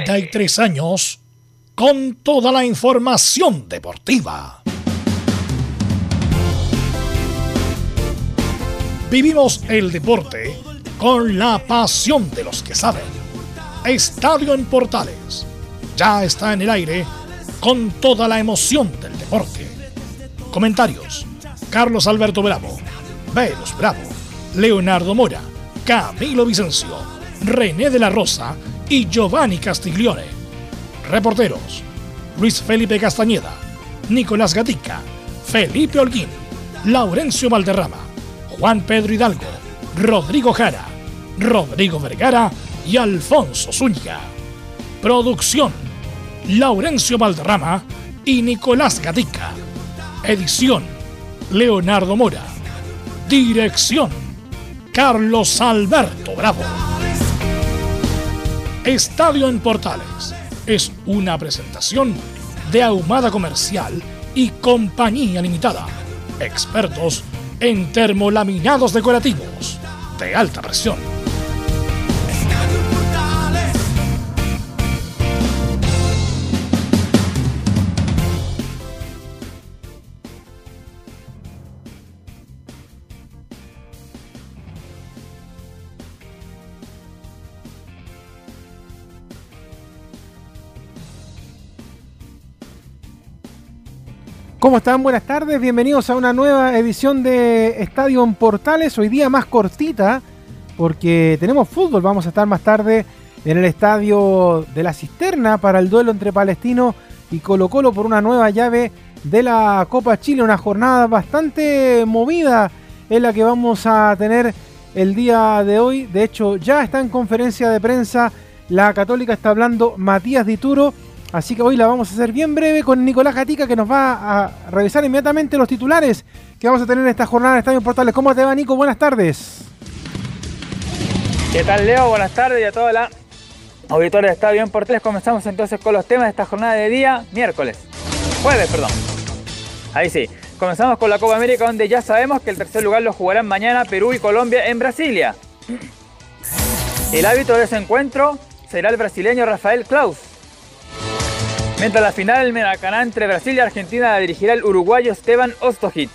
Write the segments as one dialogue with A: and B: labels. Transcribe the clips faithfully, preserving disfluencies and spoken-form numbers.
A: treinta y tres años con toda la información deportiva. Vivimos el deporte con la pasión de los que saben. Estadio en Portales ya está en el aire con toda la emoción del deporte. Comentarios: Carlos Alberto Bravo, Velus Bravo, Leonardo Mora, Camilo Vicencio, René de la Rosa y Giovanni Castiglione. Reporteros: Luis Felipe Castañeda, Nicolás Gatica, Felipe Holguín, Laurencio Valderrama, Juan Pedro Hidalgo, Rodrigo Jara, Rodrigo Vergara y Alfonso Zúñiga. Producción: Laurencio Valderrama y Nicolás Gatica. Edición: Leonardo Mora. Dirección: Carlos Alberto Bravo. Estadio en Portales es una presentación de Ahumada Comercial y Compañía Limitada, expertos en termolaminados decorativos de alta presión.
B: ¿Cómo están? Buenas tardes, bienvenidos a una nueva edición de Estadio en Portales, hoy día más cortita porque tenemos fútbol. Vamos a estar más tarde en el Estadio de la Cisterna para el duelo entre Palestino y Colo Colo por una nueva llave de la Copa Chile, una jornada bastante movida en la que vamos a tener el día de hoy. De hecho, ya está en conferencia de prensa la Católica, está hablando Matías Dituro. Así que hoy la vamos a hacer bien breve con Nicolás Gatica, que nos va a revisar inmediatamente los titulares que vamos a tener en esta jornada de Estadio Portales. ¿Cómo te va, Nico? Buenas tardes.
C: ¿Qué tal, Leo? Buenas tardes y a toda la auditoria de Estadio en Portales. Comenzamos entonces con los temas de esta jornada de día miércoles. Jueves, perdón. Ahí sí. Comenzamos con la Copa América, donde ya sabemos que el tercer lugar lo jugarán mañana Perú y Colombia en Brasilia. El árbitro de ese encuentro será el brasileño Rafael Claus. Mientras la final del Maracaná entre Brasil y Argentina la dirigirá el uruguayo Esteban Ostojic.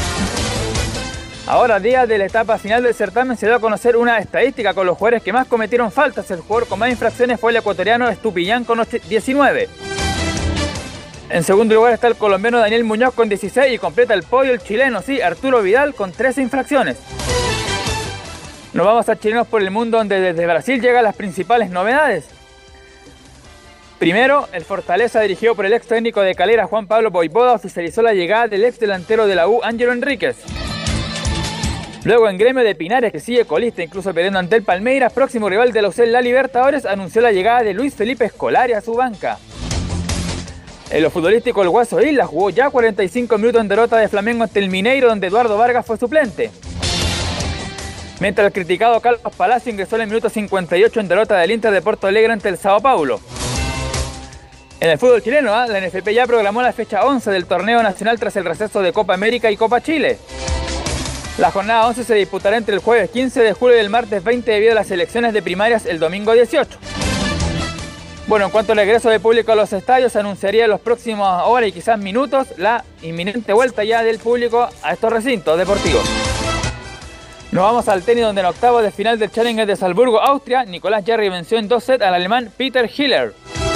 C: Ahora, día de la etapa final del certamen, se dio a conocer una estadística con los jugadores que más cometieron faltas. El jugador con más infracciones fue el ecuatoriano Estupiñán con diecinueve. En segundo lugar está el colombiano Daniel Muñoz con dieciséis y completa el podio el chileno, sí, Arturo Vidal con trece infracciones. Nos vamos a Chilenos por el Mundo, donde desde Brasil llegan las principales novedades. Primero, el Fortaleza, dirigido por el ex técnico de Calera, Juan Pablo Voivoda, oficializó la llegada del ex delantero de la U, Ángelo Enríquez. Luego, en Gremio de Pinares, que sigue colista, incluso perdiendo ante el Palmeiras, próximo rival de la U C L, la Libertadores, anunció la llegada de Luis Felipe Scolari a su banca. En lo futbolístico, el Guaso Isla jugó ya cuarenta y cinco minutos en derrota de Flamengo ante el Mineiro, donde Eduardo Vargas fue suplente. Mientras el criticado Carlos Palacio ingresó en el minuto cincuenta y ocho en derrota del Inter de Porto Alegre ante el Sao Paulo. En el fútbol chileno, ¿eh? la N F P ya programó la fecha once del torneo nacional tras el receso de Copa América y Copa Chile. La jornada once se disputará entre el jueves quince de julio y el martes veinte debido a las elecciones de primarias el domingo dieciocho. Bueno, en cuanto al regreso de público a los estadios, se anunciaría en los próximos horas y quizás minutos la inminente vuelta ya del público a estos recintos deportivos. Nos vamos al tenis, donde en octavos de final del Challenger de Salzburgo, Austria, Nicolás Jarry venció en dos sets al alemán Peter Hiller.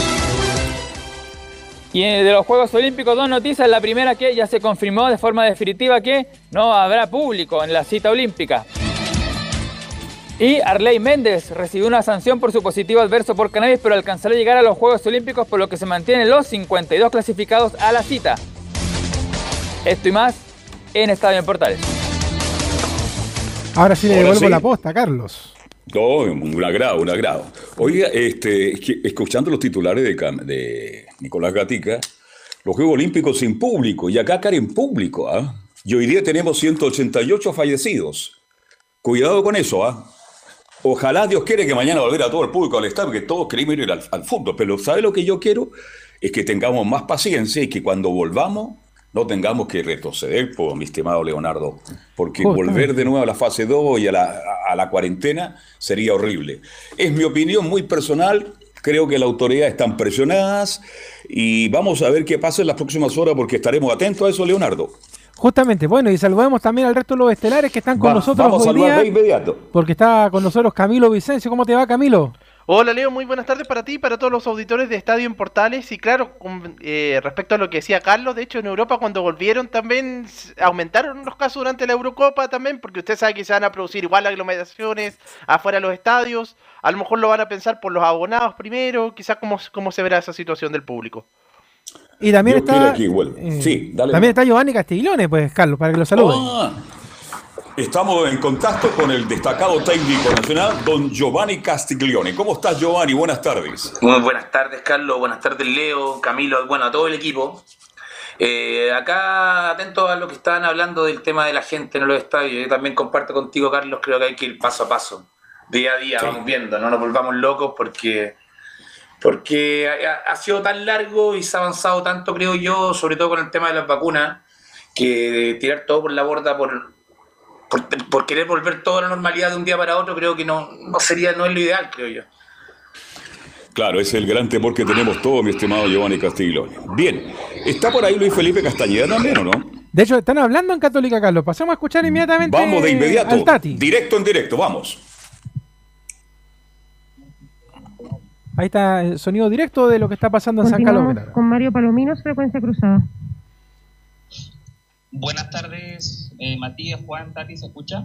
C: Y de los Juegos Olímpicos, dos noticias. La primera, que ya se confirmó de forma definitiva que no habrá público en la cita olímpica. Y Arley Méndez recibió una sanción por su positivo adverso por cannabis, pero alcanzará a llegar a los Juegos Olímpicos, por lo que se mantienen los cincuenta y dos clasificados a la cita. Esto y más en Estadio en Portales.
B: Ahora sí le
D: Ahora
B: devuelvo
D: sí.
B: la posta, Carlos.
D: Oh, un agrado, un agrado. Oiga, este, escuchando los titulares de, de Nicolás Gatica, los Juegos Olímpicos sin público, y acá caen en público, ¿ah? ¿eh? Y hoy día tenemos ciento ochenta y ocho fallecidos. Cuidado con eso, ¿ah? ¿eh? Ojalá Dios quiere que mañana volver a todo el público al estadio, porque todos queremos ir al, al fútbol, pero ¿sabe lo que yo quiero? Es que tengamos más paciencia y que cuando volvamos no tengamos que retroceder, por mi estimado Leonardo, porque
B: Justo.
D: volver de nuevo a la fase dos y a la, a la cuarentena sería horrible. Es mi opinión muy personal, Creo que las autoridades están presionadas y vamos a ver qué pasa en las próximas horas porque estaremos atentos a eso, Leonardo.
B: Justamente, bueno, y saludamos también al resto de los estelares que están con
D: Va,
B: nosotros
D: vamos
B: hoy
D: a saludar
B: día,
D: de inmediato.
B: porque está con nosotros Camilo Vicencio. ¿Cómo te va, Camilo?
E: Hola Leo, muy buenas tardes para ti y para todos los auditores de Estadio en Portales. Y claro, con, eh, respecto a lo que decía Carlos, de hecho en Europa cuando volvieron también aumentaron los casos durante la Eurocopa también, porque usted sabe que se van a producir igual aglomeraciones afuera de los estadios. A lo mejor lo van a pensar por los abonados primero, quizás cómo, cómo se verá esa situación del público.
B: Y también
D: Dios
B: está
D: aquí, bueno.
B: eh,
D: sí, dale.
B: también está Giovanni Castiglione, pues, Carlos, para que lo saluden.
D: Ah, estamos en contacto con el destacado técnico nacional, don Giovanni Castiglione. ¿Cómo estás, Giovanni? Buenas tardes.
F: Muy buenas tardes, Carlos. Buenas tardes, Leo, Camilo, bueno, a todo el equipo. Eh, acá, atento a lo que estaban hablando del tema de la gente en los estadios. Yo también comparto contigo, Carlos, creo que hay que ir paso a paso, día a día, sí. Vamos viendo, no nos volvamos locos porque... porque ha, ha sido tan largo y se ha avanzado tanto, creo yo, sobre todo con el tema de las vacunas, que tirar todo por la borda por, por, por querer volver toda la normalidad de un día para otro, creo que no, no sería, no es lo ideal, creo yo.
D: Claro, ese es el gran temor que tenemos todos, mi estimado Giovanni Castiglione. Bien, ¿está por ahí Luis Felipe Castañeda también o no?
B: De hecho, están hablando en Católica, Carlos. Pasemos a escuchar inmediatamente
D: Vamos de inmediato,
B: al Tati.
D: directo en directo, vamos.
B: Ahí está el sonido directo de lo que está pasando en San Carlos.
G: Con Mario Palominos, Frecuencia Cruzada.
H: Buenas tardes, eh, Matías, Juan, Tati, ¿se escucha?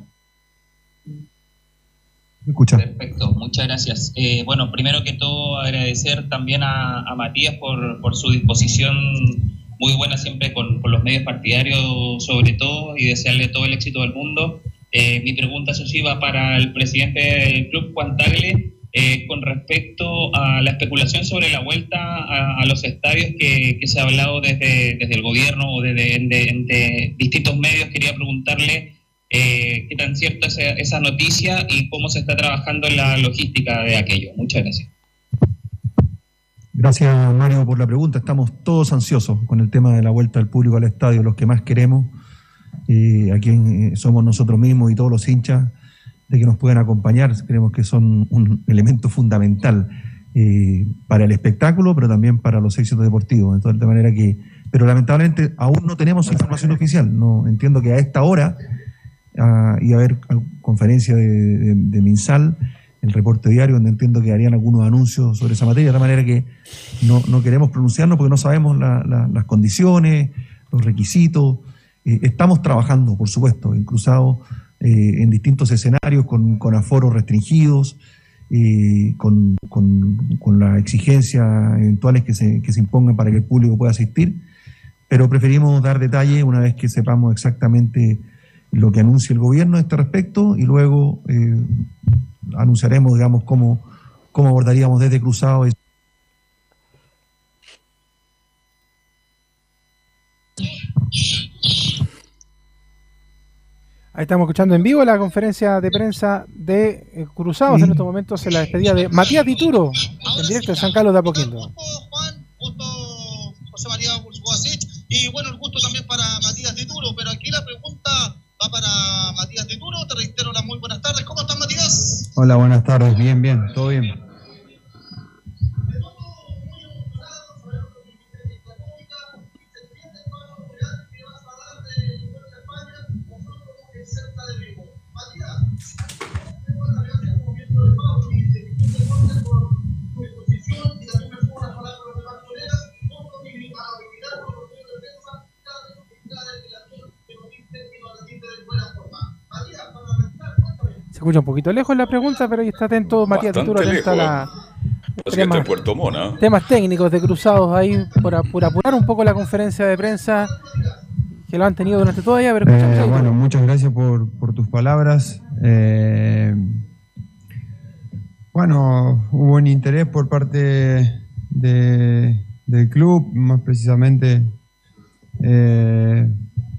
I: ¿Me escucha?
H: Perfecto, muchas gracias. Eh, bueno, primero que todo agradecer también a, a Matías por, por su disposición muy buena siempre con, con los medios partidarios sobre todo y desearle todo el éxito del mundo. Eh, mi pregunta, eso sí, va para el presidente del club, Juan Tagle. Eh, con respecto a la especulación sobre la vuelta a, a los estadios que, que se ha hablado desde, desde el gobierno o desde de, de distintos medios, quería preguntarle eh, qué tan cierta es esa noticia y cómo se está trabajando en la logística de aquello. Muchas gracias.
I: Gracias, Mario, por la pregunta. Estamos todos ansiosos con el tema de la vuelta del público al estadio, los que más queremos, eh, aquí eh, somos nosotros mismos y todos los hinchas, de que nos puedan acompañar. Creemos que son un elemento fundamental eh, para el espectáculo, pero también para los éxitos deportivos. Entonces, de manera que, pero lamentablemente aún no tenemos información oficial. No entiendo que a esta hora uh, iba a haber conferencia de, de, de Minsal, el reporte diario, donde entiendo que harían algunos anuncios sobre esa materia, de manera que no, no queremos pronunciarnos porque no sabemos la, la, las condiciones, los requisitos. Eh, estamos trabajando, por supuesto, en Cruzado, Eh, en distintos escenarios con, con aforos restringidos, eh, con, con, con las exigencias eventuales que se, que se impongan para que el público pueda asistir, pero preferimos dar detalle una vez que sepamos exactamente lo que anuncie el gobierno a este respecto y luego eh, anunciaremos, digamos, cómo, cómo abordaríamos desde Cruzado eso.
B: Ahí estamos escuchando en vivo la conferencia de prensa de eh, Cruzados. En estos momentos en la despedida de Matías Dituro, en directo de San Carlos de Apoquindo.
J: Juan, gusto José María Bulsguasic, y bueno, el gusto también para Matías Dituro, pero aquí la pregunta va para Matías Dituro. Te reitero las muy buenas tardes. ¿Cómo estás, Matías?
I: Hola, buenas tardes. Bien, bien, todo bien.
B: Se escucha un poquito lejos la pregunta, pero ahí está atento Matías Dituro, atento a la temas,
D: Puerto Mona.
B: temas técnicos de Cruzados ahí por, por apurar un poco la conferencia de prensa que lo han tenido durante todo el día. Pero
I: eh, bueno, muchas gracias por, por tus palabras. Eh, bueno, hubo un interés por parte de, del club, más precisamente eh,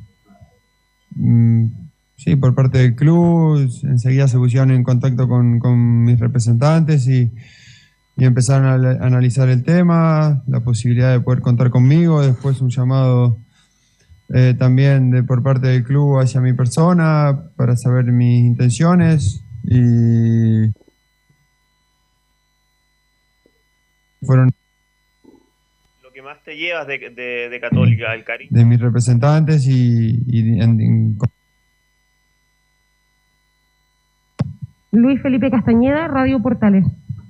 I: mm, sí, por parte del club. Enseguida se pusieron en contacto con, con mis representantes y, y empezaron a, a analizar el tema, la posibilidad de poder contar conmigo, después un llamado eh, también de, por parte del club hacia mi persona para saber mis intenciones y fueron
K: Lo que más te llevas de, de, de Católica, el cariño.
I: de mis representantes y, y en- en-
G: Luis Felipe Castañeda, Radio Portales.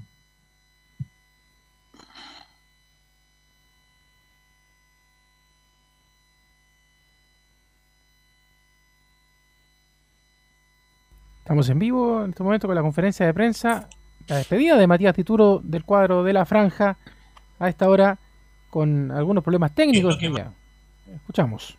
B: Estamos en vivo en este momento con la conferencia de prensa, la despedida de Matías Dituro del cuadro de la Franja, a esta hora con algunos problemas técnicos. que ya escuchamos.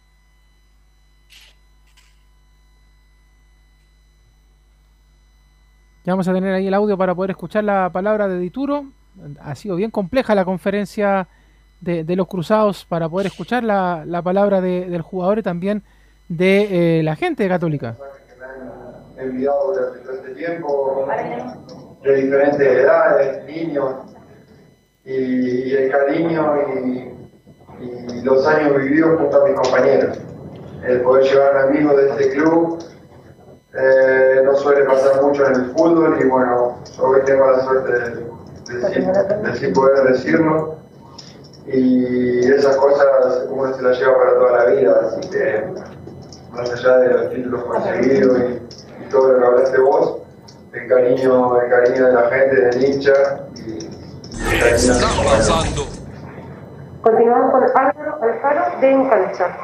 B: Ya vamos a tener ahí el audio para poder escuchar la palabra de Dituro. Ha sido bien compleja la conferencia de, de los cruzados para poder escuchar la, la palabra de, del jugador y también de eh, la gente de Católica.
L: Enviado durante todo este tiempo, de diferentes edades, niños, y, y el cariño y, y los años vividos junto a mis compañeros. El poder llevar a amigos de este club eh, no suele pasar mucho en el fútbol y bueno, hoy tengo la suerte de, de, sí, de sí poder decirlo. Y esas cosas uno se las lleva para toda la vida, así que más allá de los títulos conseguidos y y todo lo que hablaste vos, el cariño, el cariño de la gente, del hincha y el cariño de los...
G: Continuamos con Álvaro Alfaro de Incalcha.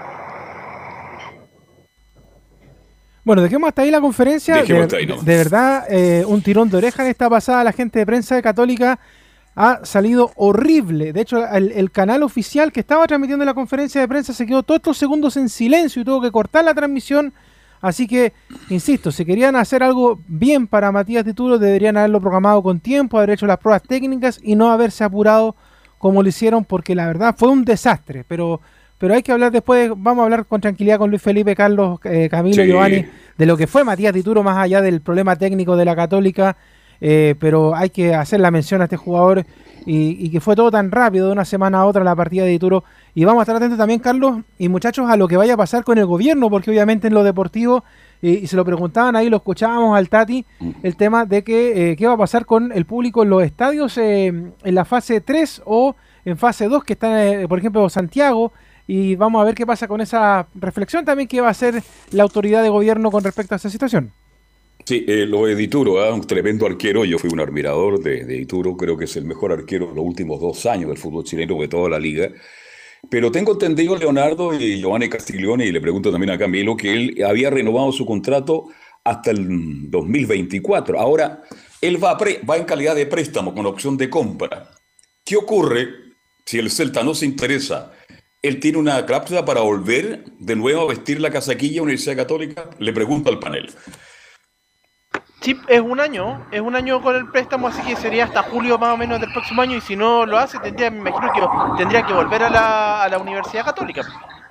B: Bueno, dejemos hasta ahí la conferencia.
D: Dejemos
B: De,
D: hasta ahí, ¿no?
B: de verdad, eh, un tirón de oreja en esta pasada. La gente de prensa de Católica ha salido horrible. De hecho, el, el canal oficial que estaba transmitiendo la conferencia de prensa se quedó todos estos segundos en silencio y tuvo que cortar la transmisión. Así que, insisto, si querían hacer algo bien para Matías Dituro, deberían haberlo programado con tiempo, haber hecho las pruebas técnicas y no haberse apurado como lo hicieron, porque la verdad fue un desastre. Pero pero hay que hablar después, vamos a hablar con tranquilidad con Luis Felipe, Carlos, eh, Camilo,
D: Sí.
B: Giovanni, de lo que fue Matías Dituro, más allá del problema técnico de la Católica. Eh, pero hay que hacer la mención a este jugador y, y que fue todo tan rápido de una semana a otra la partida de Dituro. Y vamos a estar atentos también, Carlos y muchachos, a lo que vaya a pasar con el gobierno, porque obviamente en lo deportivo, eh, y se lo preguntaban ahí, lo escuchábamos al Tati, el tema de que eh, qué va a pasar con el público en los estadios eh, en la fase tres o en fase dos, que está, eh, por ejemplo, Santiago, y vamos a ver qué pasa con esa reflexión también que va a hacer la autoridad de gobierno con respecto a esa situación.
D: Sí, eh, lo de Dituro, ¿eh? Un tremendo arquero. Yo fui un admirador de, de Dituro. Creo que es el mejor arquero de los últimos dos años del fútbol chileno, de toda la liga. Pero tengo entendido, Leonardo y Giovanni Castiglione, y le pregunto también a Camilo, que él había renovado su contrato hasta el dos mil veinticuatro. Ahora, él va, a pre- va en calidad de préstamo con opción de compra. ¿Qué ocurre si el Celta no se interesa? ¿Él tiene una cláusula para volver de nuevo a vestir la casaquilla Universidad Católica? Le pregunto al panel.
E: Sí, es un año, es un año con el préstamo, así que sería hasta julio más o menos del próximo año, y si no lo hace, tendría, me imagino que tendría que volver a la, a la Universidad Católica.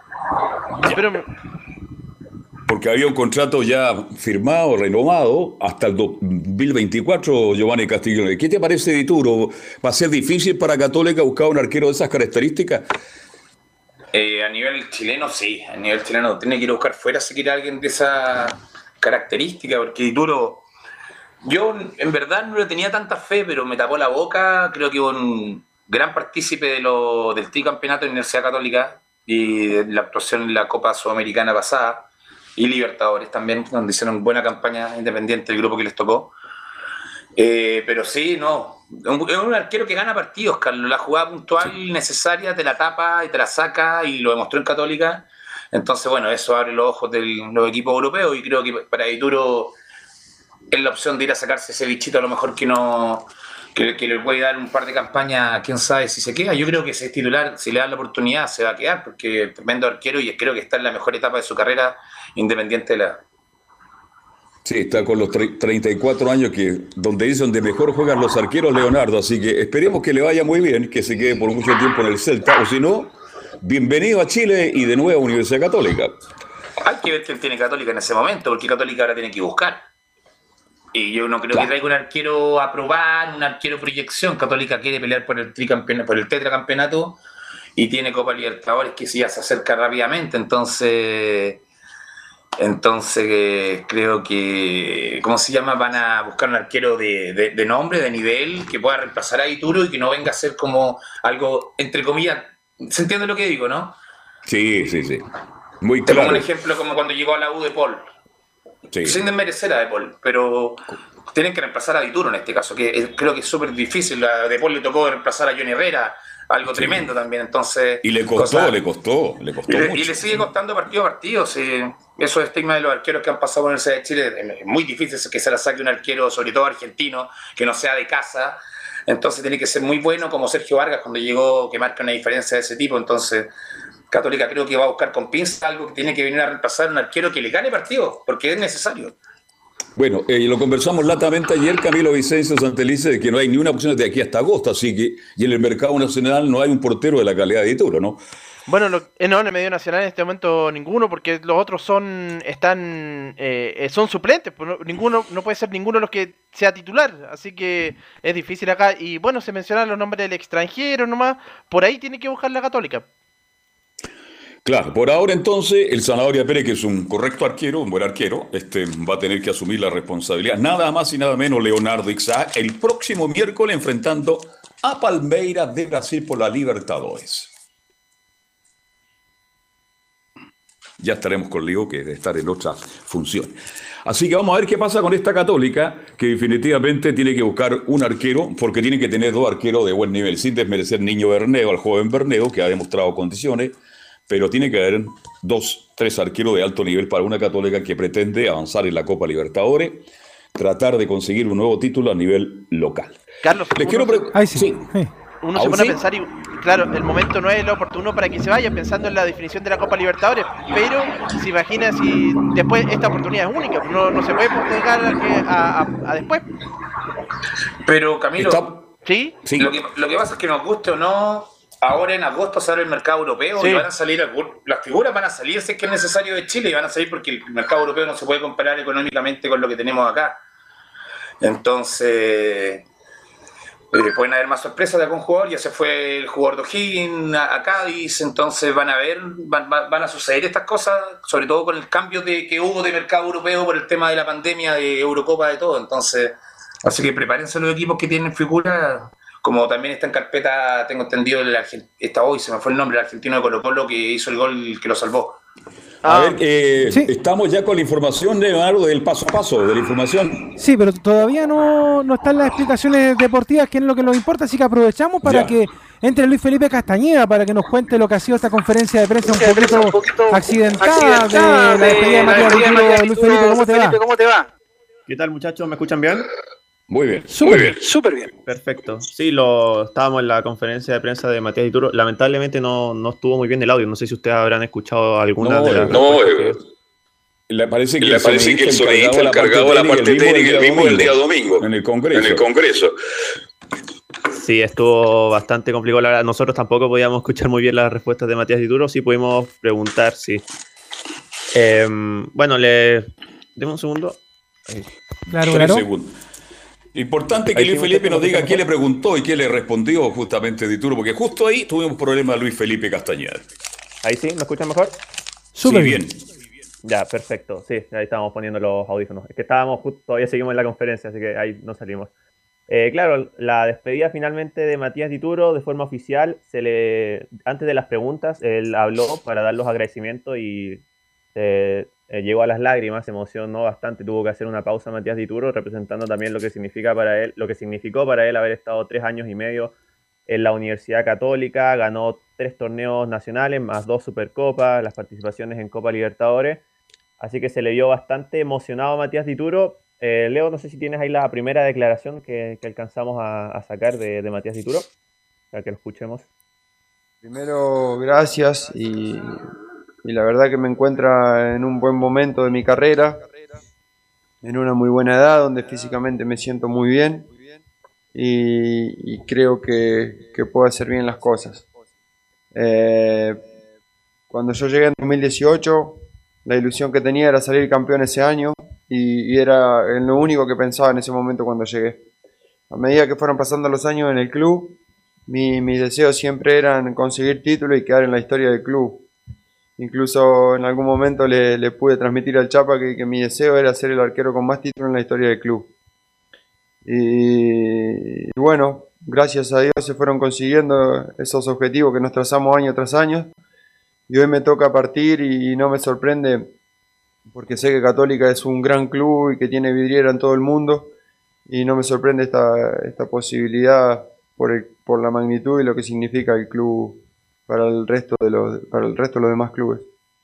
E: Pero
D: Porque había un contrato ya firmado, renovado, hasta el dos mil veinticuatro, Giovanni Castiglione. ¿Qué te parece, Dituro? ¿Va a ser difícil para Católica buscar un arquero de esas características?
F: Eh, a nivel chileno, sí. A nivel chileno tiene que ir a buscar fuera si quiere alguien de esa característica, porque Dituro, yo en verdad no le tenía tanta fe, pero me tapó la boca. Creo que un gran partícipe de lo, del tricampeonato de la Universidad Católica y de la actuación en la Copa Sudamericana pasada y Libertadores también, donde hicieron buena campaña independiente el grupo que les tocó. Eh, pero sí, no. Es un arquero que gana partidos, Carlos. La jugada puntual sí. necesaria te la tapa y te la saca, y lo demostró en Católica. Entonces, bueno, eso abre los ojos de los equipos europeos, y creo que para Dituro es la opción de ir a sacarse ese bichito, a lo mejor que no que, que le puede dar un par de campañas, quién sabe si se queda. Yo creo que ese titular, si le dan la oportunidad, se va a quedar, porque es tremendo arquero y creo que está en la mejor etapa de su carrera, independiente de la...
D: Sí, está con los treinta y cuatro años, que donde es donde mejor juegan los arqueros, Leonardo. Así que esperemos que le vaya muy bien, que se quede por mucho tiempo en el Celta, o si no, bienvenido a Chile y de nuevo a Universidad Católica.
F: Hay que ver quién tiene Católica en ese momento, porque Católica ahora tiene que buscar. Y yo no creo claro. que traiga un arquero a probar, un arquero proyección. Católica quiere pelear por el tricampeonato, por el tetracampeonato, y tiene Copa Libertadores que sí ya se acerca rápidamente. Entonces, Entonces eh, creo que, ¿cómo se llama? Van a buscar un arquero de, de, de nombre, de nivel, que pueda reemplazar a Dituro y que no venga a ser como algo, entre comillas, ¿se entiende lo que digo, no?
D: Sí, sí, sí. Muy
F: Te
D: claro.
F: pongo un ejemplo como cuando llegó a la U de Paul.
D: Sí.
F: Sin desmerecer a De Paul, pero tienen que reemplazar a Dituro en este caso, que es, creo que es súper difícil. A De Paul le tocó reemplazar a Johnny Herrera, algo sí. tremendo también. Entonces,
D: y le costó, cosa, le costó, le costó
F: y le,
D: mucho.
F: Y le sigue costando partido a partido. Sí. Esos estigmas de los arqueros que han pasado por la Universidad de Chile, es muy difícil que se la saque un arquero, sobre todo argentino, que no sea de casa. Entonces tiene que ser muy bueno, como Sergio Vargas cuando llegó, que marca una diferencia de ese tipo. Entonces, Católica creo que va a buscar con pinza algo que tiene que venir a reemplazar a un arquero que le gane partido, porque es necesario.
D: Bueno, eh, lo conversamos latamente ayer, Camilo Vicencio Santelice, de que no hay ni una opción de aquí hasta agosto, así que, y en el mercado nacional no hay un portero de la calidad de Dituro, ¿no?
E: Bueno, lo, eh, no, en el medio nacional en este momento ninguno, porque los otros son están eh, son suplentes, pues no, ninguno no puede ser ninguno de los que sea titular, así que es difícil acá. Y bueno, se mencionan los nombres del extranjero nomás, por ahí tiene que buscar la Católica.
D: Claro, por ahora entonces el Zanahoria Pérez, que es un correcto arquero, un buen arquero, este, va a tener que asumir la responsabilidad, nada más y nada menos Leonardo Ixá, el próximo miércoles enfrentando a Palmeiras de Brasil por la Libertadores. Ya estaremos con Leo, que debe estar en otra función. Así que vamos a ver qué pasa con esta Católica, que definitivamente tiene que buscar un arquero, porque tiene que tener dos arqueros de buen nivel, sin desmerecer Niño Berneo, al joven Berneo, que ha demostrado condiciones, pero tiene que haber dos, tres arqueros de alto nivel para una Católica que pretende avanzar en la Copa Libertadores, tratar de conseguir un nuevo título a nivel local.
E: Carlos,
D: les quiero preguntar.
B: Ay, sí. sí. sí.
E: Uno se pone sí? a pensar y, claro, el momento no es lo oportuno para que se vaya, pensando en la definición de la Copa Libertadores, pero se imagina si después esta oportunidad es única, no, no se puede postergar a, a, a después.
F: Pero Camilo,
D: Está...
F: ¿sí? Sí. Lo, que, lo que pasa es que nos guste o no, ahora en agosto sale el mercado europeo, sí. Y van a salir, las figuras van a salir si es que es necesario de Chile, y van a salir porque el mercado europeo no se puede comparar económicamente con lo que tenemos acá. Entonces, eh, pueden haber más sorpresas de algún jugador. Ya se fue el jugador de O'Higgins a, a Cádiz, entonces van a ver, van, van a suceder estas cosas, sobre todo con el cambio de, que hubo de mercado europeo por el tema de la pandemia, de Eurocopa, de todo. Entonces, así que prepárense los equipos que tienen figuras. Como también está en carpeta, tengo entendido, el está hoy, se me fue el nombre, el argentino de Colo Colo que hizo el gol que lo salvó.
D: A ah, ver, eh, sí. Estamos ya con la información de Leonardo del paso a paso, de la información.
B: Sí, pero todavía no, no están las explicaciones deportivas, que es lo que nos importa, así que aprovechamos para ya. que entre Luis Felipe Castañeda para que nos cuente lo que ha sido esta conferencia de prensa un poquito, un poquito accidentada, accidentada de, de la despedida de Matías Dituro. Luis Felipe, ¿cómo te va?
M: ¿Cómo te va? ¿Qué tal, muchachos? ¿Me escuchan bien?
D: Muy bien,
B: súper
D: muy
B: bien,
M: súper bien. Perfecto. Sí, lo estábamos en la conferencia de prensa de Matías Dituro. Lamentablemente no, no estuvo muy bien el audio. No sé si ustedes habrán escuchado alguna
D: no,
M: de las.
D: No, eh, le parece que
N: le
D: el
N: parece que el sonidista encargado de la parte técnica el mismo del día domingo.
D: En el Congreso.
N: En el Congreso.
M: Sí, estuvo bastante complicado. La verdad, nosotros tampoco podíamos escuchar muy bien las respuestas de Matías Dituro. Sí pudimos preguntar, sí. Eh, bueno, le. Deme un segundo.
B: Ahí. Claro, claro.
D: Segundos. Importante que Luis Felipe nos diga quién le preguntó y quién le respondió justamente Dituro, porque justo ahí tuvimos problema Luis Felipe Castañeda.
M: Ahí sí, ¿me escuchan mejor?
B: Súper
D: sí,
B: bien.
D: bien.
M: Ya, perfecto. Sí, ahí estábamos poniendo los audífonos. Es que estábamos justo, todavía seguimos en la conferencia, así que ahí no salimos. Eh, claro, la despedida finalmente de Matías Dituro de forma oficial, se le antes de las preguntas, él habló para dar los agradecimientos y eh, eh, llegó a las lágrimas, se emocionó bastante, tuvo que hacer una pausa Matías Dituro, representando también lo que significa para él, lo que significó para él haber estado tres años y medio en la Universidad Católica, ganó tres torneos nacionales, más dos Supercopas, las participaciones en Copa Libertadores, así que se le vio bastante emocionado a Matías Dituro. Eh, Leo, no sé si tienes ahí la primera declaración que, que alcanzamos a, a sacar de, de Matías Dituro, para que lo escuchemos.
O: Primero, gracias y, y la verdad que me encuentra en un buen momento de mi carrera, en una muy buena edad, donde físicamente me siento muy bien y, y creo que, que puedo hacer bien las cosas. Eh, cuando yo llegué en dos mil dieciocho, la ilusión que tenía era salir campeón ese año y, y era lo único que pensaba en ese momento cuando llegué. A medida que fueron pasando los años en el club, mi, mis deseos siempre eran conseguir título y quedar en la historia del club. Incluso en algún momento le, le pude transmitir al Chapa que, que mi deseo era ser el arquero con más títulos en la historia del club. Y, y bueno, gracias a Dios se fueron consiguiendo esos objetivos que nos trazamos año tras año. Y hoy me toca partir y, y no me sorprende porque sé que Católica es un gran club y que tiene vidriera en todo el mundo. Y no me sorprende esta, esta posibilidad por, el, por la magnitud y lo que significa el club para el resto de los, para el resto de los demás clubes.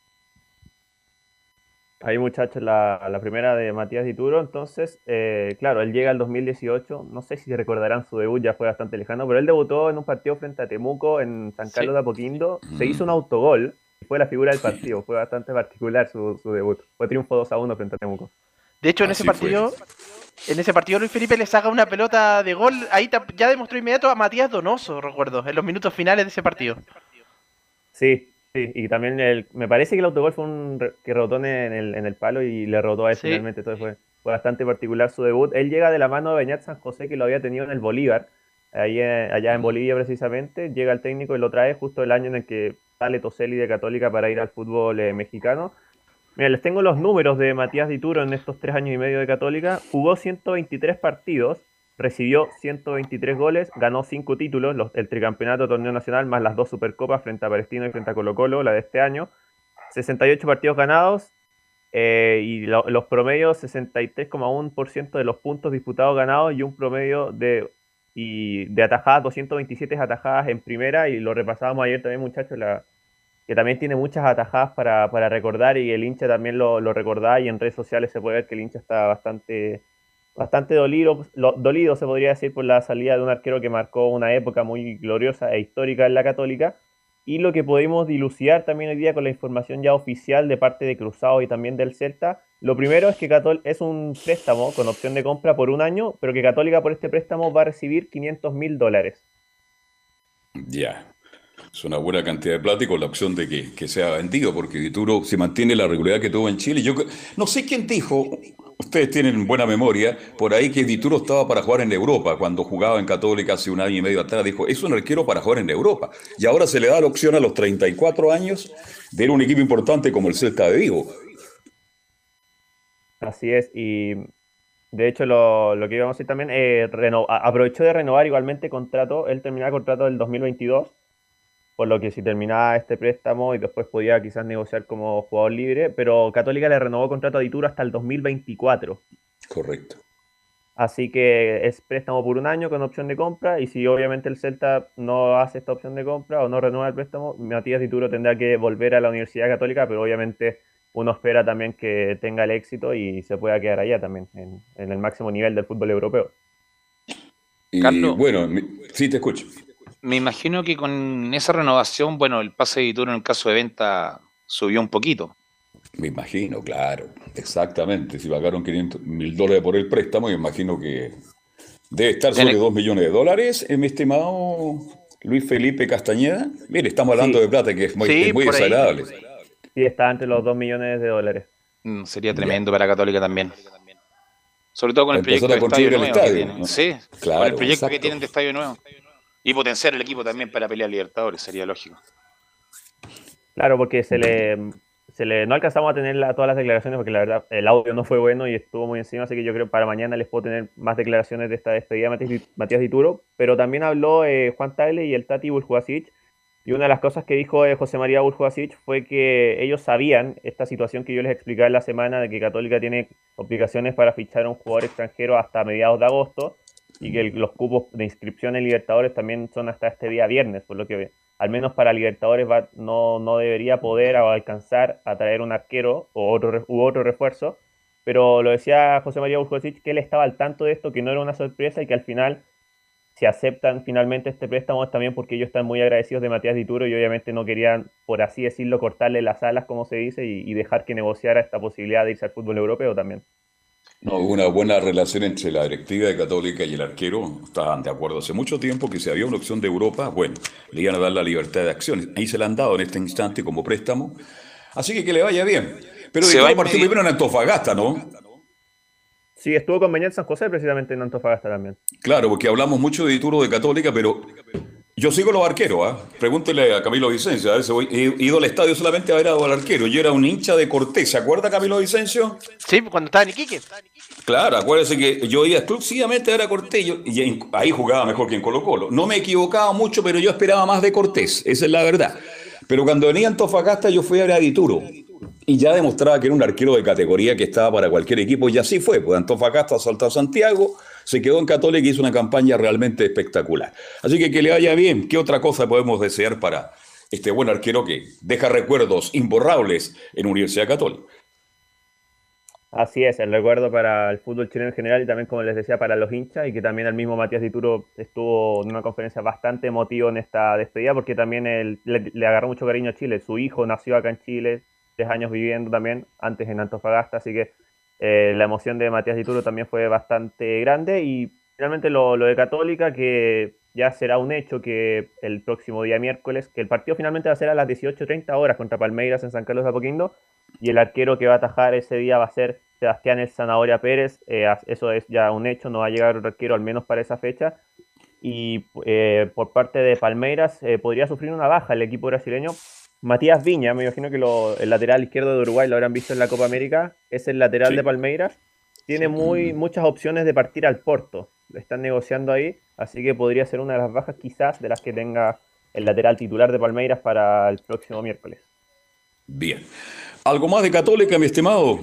M: Ahí, muchachos, la, la primera de Matías Dituro. Entonces, eh, claro, él llega al dos mil dieciocho. No sé si recordarán su debut, ya fue bastante lejano, pero él debutó en un partido frente a Temuco en San Carlos sí. de Apoquindo. Se hizo un autogol y fue la figura del partido. Fue bastante particular su, su debut. Fue triunfo dos a uno frente a Temuco.
E: De hecho, en Así ese partido, fue. en ese partido Luis Felipe le saca una pelota de gol. Ahí ya demostró inmediato a Matías Donoso, recuerdo, en los minutos finales de ese partido.
M: Sí. Sí, y también el, me parece que el autogol fue un re, que rebotó en el, en el palo y le rebotó a él sí. finalmente, entonces fue, fue bastante particular su debut. Él llega de la mano de Beñat San José, que lo había tenido en el Bolívar, ahí, allá en Bolivia precisamente. Llega el técnico y lo trae justo el año en el que sale Toselli de Católica para ir al fútbol eh, mexicano. Mira, les tengo los números de Matías Dituro en estos tres años y medio de Católica. Jugó ciento veintitrés partidos, recibió ciento veintitrés goles, ganó cinco títulos, los, el tricampeonato torneo nacional más las dos supercopas frente a Palestino y frente a Colo Colo, la de este año. sesenta y ocho partidos ganados eh, y lo, los promedios sesenta y tres coma uno por ciento de los puntos disputados ganados y un promedio de, y de atajadas, doscientas veintisiete atajadas en primera, y lo repasábamos ayer también, muchachos, la, que también tiene muchas atajadas para, para recordar, y el hincha también lo, lo recordaba, y en redes sociales se puede ver que el hincha está bastante... Bastante dolido, lo, dolido se podría decir por la salida de un arquero que marcó una época muy gloriosa e histórica en la Católica, y lo que podemos dilucidar también hoy día con la información ya oficial de parte de Cruzado y también del Celta. Lo primero es que Catol es un préstamo con opción de compra por un año, pero que Católica por este préstamo va a recibir quinientos mil dólares.
D: Ya, es una buena cantidad de plata y con la opción de que, que sea vendido, porque Dituro se mantiene la regularidad que tuvo en Chile. Yo no sé quién dijo... Ustedes tienen buena memoria, por ahí que Dituro estaba para jugar en Europa, cuando jugaba en Católica hace un año y medio atrás, dijo, es un arquero para jugar en Europa, y ahora se le da la opción a los treinta y cuatro años de ir a un equipo importante como el Celta de Vigo.
M: Así es, y de hecho lo, lo que íbamos a decir también, eh, reno, aprovechó de renovar igualmente contrato, él terminaba el contrato del dos mil veintidós, por lo que si terminaba este préstamo y después podía quizás negociar como jugador libre, pero Católica le renovó contrato a Dituro hasta el dos mil veinticuatro.
D: Correcto.
M: Así que es préstamo por un año con opción de compra, y si obviamente el Celta no hace esta opción de compra o no renueva el préstamo, Matías Dituro tendrá que volver a la Universidad Católica, pero obviamente uno espera también que tenga el éxito y se pueda quedar allá también, en, en el máximo nivel del fútbol europeo.
D: Y Carlos, bueno, sí te escucho.
F: Me imagino que con esa renovación, bueno, el pase de Dituro en el caso de venta subió un poquito.
D: Me imagino, claro, exactamente. Si pagaron quinientos mil dólares por el préstamo, me imagino que debe estar sobre dos millones de dólares, mi estimado Luis Felipe Castañeda. Mire, estamos hablando sí. de plata que es muy, sí, es muy desagradable.
M: Sí, está entre los dos millones de dólares.
F: Mm, sería tremendo ya. Para Católica también. Sobre todo con el proyecto de estadio nuevo estadio, que tienen. ¿No? Sí, claro, con el proyecto exacto. que tienen de estadio nuevo. Y potenciar el equipo también para pelear Libertadores, sería lógico.
M: Claro, porque se le, se le no alcanzamos a tener la, todas las declaraciones, porque la verdad el audio no fue bueno y estuvo muy encima, así que yo creo que para mañana les puedo tener más declaraciones de esta despedida de Matías Dituro. Pero también habló eh, Juan Tagle y el Tati Buljubasic, y una de las cosas que dijo eh, José María Buljubasic fue que ellos sabían esta situación que yo les explicaba en la semana, de que Católica tiene obligaciones para fichar a un jugador extranjero hasta mediados de agosto, y que el, los cupos de inscripción en Libertadores también son hasta este día viernes, por lo que al menos para Libertadores va, no, no debería poder alcanzar a traer un arquero o otro, u otro refuerzo, pero lo decía José María Buljubasic que él estaba al tanto de esto, que no era una sorpresa, y que al final, si aceptan finalmente este préstamo, es también porque ellos están muy agradecidos de Matías Dituro y obviamente no querían, por así decirlo, cortarle las alas, como se dice, y, y dejar que negociara esta posibilidad de irse al fútbol europeo también.
D: No, hubo una buena relación entre la directiva de Católica y el arquero. Estaban de acuerdo hace mucho tiempo que si había una opción de Europa, bueno, le iban a dar la libertad de acción. Ahí se la han dado en este instante como préstamo. Así que que le vaya bien. Pero Dituro partió primero en Antofagasta, ¿no?
M: Sí, estuvo con Beñat San José precisamente en Antofagasta también.
D: Claro, porque hablamos mucho de Dituro de Católica, pero Yo sigo los arqueros, ¿ah? ¿eh? Pregúntele a Camilo Vicencio. A ver si voy. He ido al estadio solamente a ver al arquero. Yo era un hincha de Cortés. ¿Se acuerda, Camilo Vicencio?
E: Sí, cuando estaba en Iquique.
D: Claro, acuérdese que yo iba exclusivamente a ver a Cortés yo, y ahí jugaba mejor que en Colo Colo. No me equivocaba mucho, pero yo esperaba más de Cortés. Esa es la verdad. Pero cuando venía a Antofagasta yo fui a ver a Dituro. Y ya demostraba que era un arquero de categoría que estaba para cualquier equipo. Y así fue. Pues Antofagasta saltó a Santiago, se quedó en Católica y hizo una campaña realmente espectacular. Así que que le vaya bien. ¿Qué otra cosa podemos desear para este buen arquero que deja recuerdos imborrables en Universidad Católica?
M: Así es, el recuerdo para el fútbol chileno en general y también, como les decía, para los hinchas, y que también el mismo Matías Dituro estuvo en una conferencia bastante emotiva en esta despedida, porque también él, le, le agarró mucho cariño a Chile. Su hijo nació acá en Chile, tres años viviendo también, antes en Antofagasta, así que eh, la emoción de Matías Dituro también fue bastante grande. Y finalmente lo, lo de Católica, que ya será un hecho que el próximo día miércoles, que el partido finalmente va a ser a las dieciocho treinta horas contra Palmeiras en San Carlos de Apoquindo, y el arquero que va a atajar ese día va a ser Sebastián El Zanahoria Pérez. Eh, eso es ya un hecho, no va a llegar otro arquero al menos para esa fecha. Y eh, por parte de Palmeiras eh, podría sufrir una baja el equipo brasileño. Matías Viña, me imagino que lo, el lateral izquierdo de Uruguay lo habrán visto en la Copa América, es el lateral sí. de Palmeiras. Tiene muy, muchas opciones de partir al Porto, lo están negociando ahí, así que podría ser una de las bajas quizás de las que tenga el lateral titular de Palmeiras para el próximo miércoles.
D: Bien. ¿Algo más de Católica, mi estimado?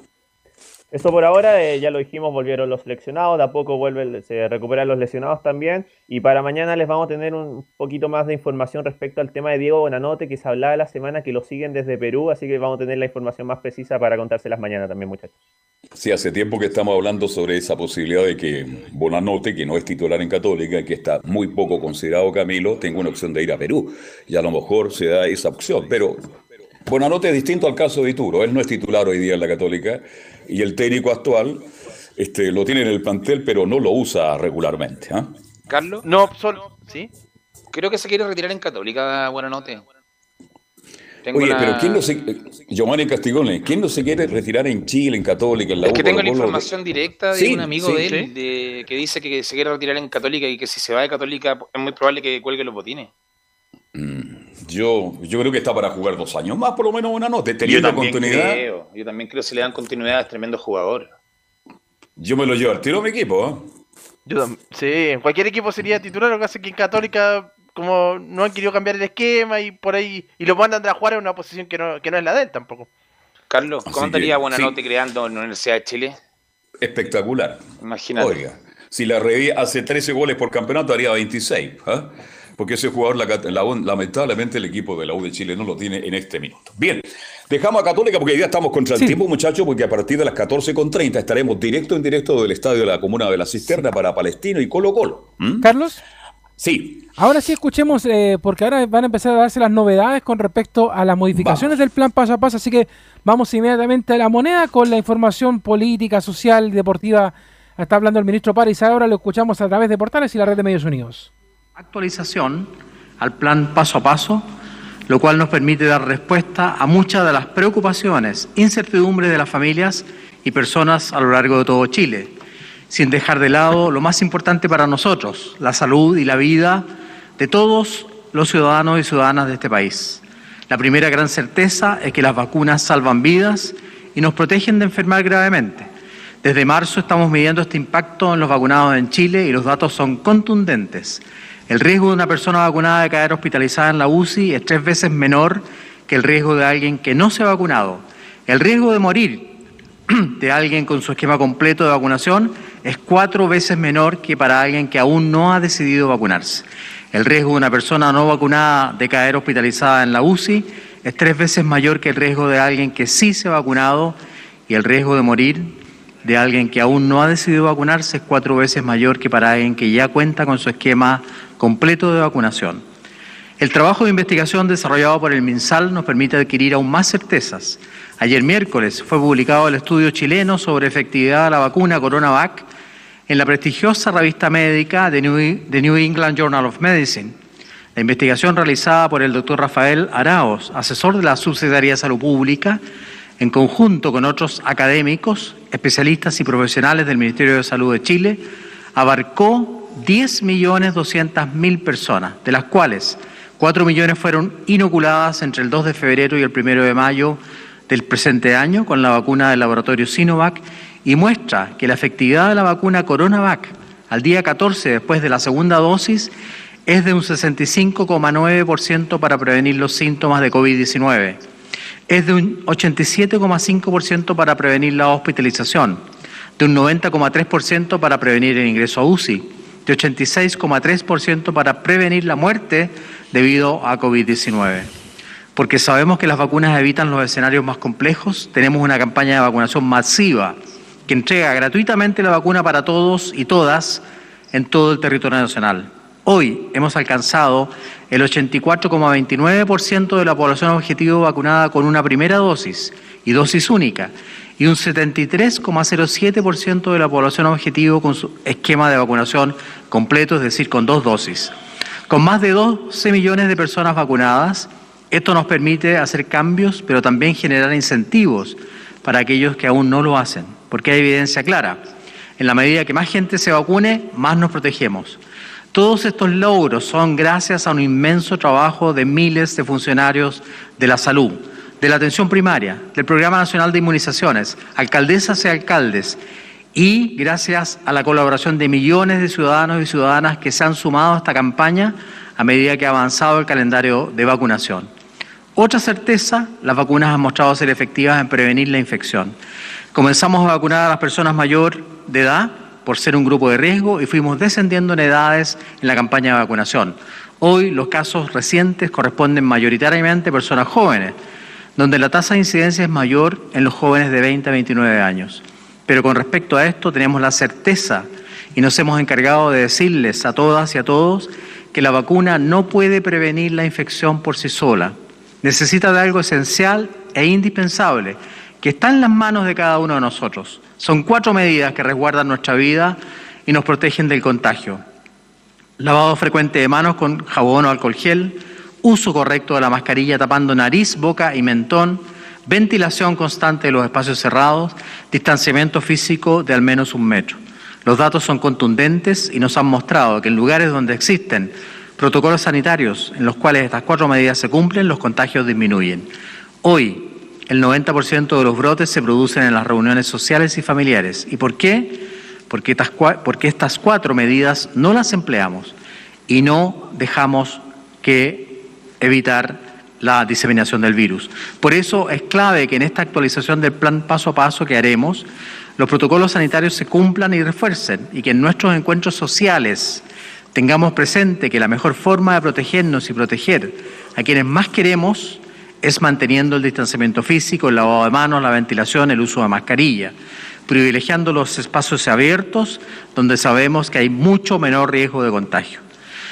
M: Eso por ahora, eh, ya lo dijimos, volvieron los seleccionados, de a poco vuelven, se recuperan los lesionados también, y para mañana les vamos a tener un poquito más de información respecto al tema de Diego Bonanote, que se hablaba la semana, que lo siguen desde Perú, así que vamos a tener la información más precisa para contárselas mañana también, muchachos.
D: Sí, hace tiempo que estamos hablando sobre esa posibilidad de que Bonanote, que no es titular en Católica, que está muy poco considerado Camilo, tenga una opción de ir a Perú, y a lo mejor se da esa opción, pero Bonanote es distinto al caso de Dituro, él no es titular hoy día en la Católica, y el técnico actual este, lo tiene en el plantel, pero no lo usa regularmente. ¿eh?
F: ¿Carlos?
E: No, solo, ¿sí?
F: Creo que se quiere retirar en Católica, Bonanote.
D: Tengo Oye, una... pero ¿quién no se... Giovanni Castigone, ¿quién no se quiere retirar en Chile, en Católica, en la U?
F: Es que tengo la información directa de
D: sí,
F: un amigo
D: sí,
F: de él
D: sí.
F: de, que dice que se quiere retirar en Católica y que si se va de Católica es muy probable que cuelgue los botines.
D: Mm, yo, yo creo que está para jugar dos años más, por lo menos Bonanote, teniendo
F: yo
D: continuidad.
F: Creo, yo también creo que si le dan continuidad es tremendo jugador.
D: Yo me lo llevo al tiro a mi equipo. ¿eh?
E: Yo, sí, en cualquier equipo sería titular, lo que hace que en Católica, como no han querido cambiar el esquema y por ahí, y lo mandan a jugar en una posición que no, que no es la de él tampoco.
F: Carlos, ¿cómo estaría Bonanote
D: sí.
F: creando en la Universidad de Chile?
D: Espectacular.
F: Imagínate.
D: Oiga, si la Reví hace trece goles por campeonato, haría veintiséis. ¿eh? Porque ese jugador, la, la, lamentablemente, el equipo de la U de Chile no lo tiene en este minuto. Bien, dejamos a Católica porque ya estamos contra el sí. tiempo, muchachos, porque a partir de las catorce con treinta estaremos directo en directo del estadio de la Comuna de la Cisterna para Palestino y Colo Colo. ¿Mm?
B: ¿Carlos?
D: Sí.
B: Ahora sí escuchemos, eh, porque ahora van a empezar a darse las novedades con respecto a las modificaciones vamos. del plan paso a paso, así que vamos inmediatamente a la moneda con la información política, social, deportiva. Está hablando el ministro París, ahora lo escuchamos a través de Portales y la red de Medios Unidos.
P: Actualización al plan paso a paso, lo cual nos permite dar respuesta a muchas de las preocupaciones, incertidumbres de las familias y personas a lo largo de todo Chile, sin dejar de lado lo más importante para nosotros, la salud y la vida de todos los ciudadanos y ciudadanas de este país. La primera gran certeza es que las vacunas salvan vidas y nos protegen de enfermar gravemente. Desde marzo estamos midiendo este impacto en los vacunados en Chile y los datos son contundentes. El riesgo de una persona vacunada de caer hospitalizada en la U C I es tres veces menor que el riesgo de alguien que no se ha vacunado. El riesgo de morir de alguien con su esquema completo de vacunación es cuatro veces menor que para alguien que aún no ha decidido vacunarse. El riesgo de una persona no vacunada de caer hospitalizada en la U C I es tres veces mayor que el riesgo de alguien que sí se ha vacunado, y el riesgo de morir de alguien que aún no ha decidido vacunarse es cuatro veces mayor que para alguien que ya cuenta con su esquema completo de vacunación. El trabajo de investigación desarrollado por el MinSal nos permite adquirir aún más certezas. Ayer miércoles fue publicado el estudio chileno sobre efectividad de la vacuna CoronaVac en la prestigiosa revista médica The New, The New England Journal of Medicine. La investigación realizada por el doctor Rafael Araos, asesor de la Subsecretaría de Salud Pública, en conjunto con otros académicos, especialistas y profesionales del Ministerio de Salud de Chile, abarcó diez millones doscientas mil personas, de las cuales cuatro millones fueron inoculadas entre el dos de febrero y el primero de mayo del presente año con la vacuna del laboratorio Sinovac, y muestra que la efectividad de la vacuna Coronavac al día catorce después de la segunda dosis es de un sesenta y cinco coma nueve por ciento para prevenir los síntomas de COVID diecinueve, es de un ochenta y siete coma cinco por ciento para prevenir la hospitalización, de un noventa coma tres por ciento para prevenir el ingreso a U C I, de ochenta y seis coma tres por ciento para prevenir la muerte debido a COVID diecinueve. Porque sabemos que las vacunas evitan los escenarios más complejos, tenemos una campaña de vacunación masiva que entrega gratuitamente la vacuna para todos y todas en todo el territorio nacional. Hoy hemos alcanzado el ochenta y cuatro coma veintinueve por ciento de la población objetivo vacunada con una primera dosis y dosis única, y un setenta y tres coma cero siete por ciento de la población objetivo con su esquema de vacunación completo, es decir, con dos dosis. Con más de doce millones de personas vacunadas, esto nos permite hacer cambios, pero también generar incentivos para aquellos que aún no lo hacen, porque hay evidencia clara. En la medida que más gente se vacune, más nos protegemos. Todos estos logros son gracias a un inmenso trabajo de miles de funcionarios de la salud, de la atención primaria, del Programa Nacional de Inmunizaciones, alcaldesas y alcaldes, y gracias a la colaboración de millones de ciudadanos y ciudadanas que se han sumado a esta campaña a medida que ha avanzado el calendario de vacunación. Otra certeza, las vacunas han mostrado ser efectivas en prevenir la infección. Comenzamos a vacunar a las personas mayor de edad por ser un grupo de riesgo y fuimos descendiendo en edades en la campaña de vacunación. Hoy los casos recientes corresponden mayoritariamente a personas jóvenes, donde la tasa de incidencia es mayor en los jóvenes de veinte a veintinueve años. Pero con respecto a esto tenemos la certeza y nos hemos encargado de decirles a todas y a todos que la vacuna no puede prevenir la infección por sí sola. Necesita de algo esencial e indispensable que está en las manos de cada uno de nosotros. Son cuatro medidas que resguardan nuestra vida y nos protegen del contagio: lavado frecuente de manos con jabón o alcohol gel, uso correcto de la mascarilla tapando nariz, boca y mentón, ventilación constante de los espacios cerrados, distanciamiento físico de al menos un metro. Los datos son contundentes y nos han mostrado que en lugares donde existen protocolos sanitarios en los cuales estas cuatro medidas se cumplen, los contagios disminuyen. Hoy, el noventa por ciento de los brotes se producen en las reuniones sociales y familiares. ¿Y por qué? Porque estas, porque estas cuatro medidas no las empleamos y no dejamos que evitar la diseminación del virus. Por eso es clave que en esta actualización del plan paso a paso que haremos, los protocolos sanitarios se cumplan y refuercen, y que en nuestros encuentros sociales tengamos presente que la mejor forma de protegernos y proteger a quienes más queremos es manteniendo el distanciamiento físico, el lavado de manos, la ventilación, el uso de mascarilla, privilegiando los espacios abiertos donde sabemos que hay mucho menor riesgo de contagio.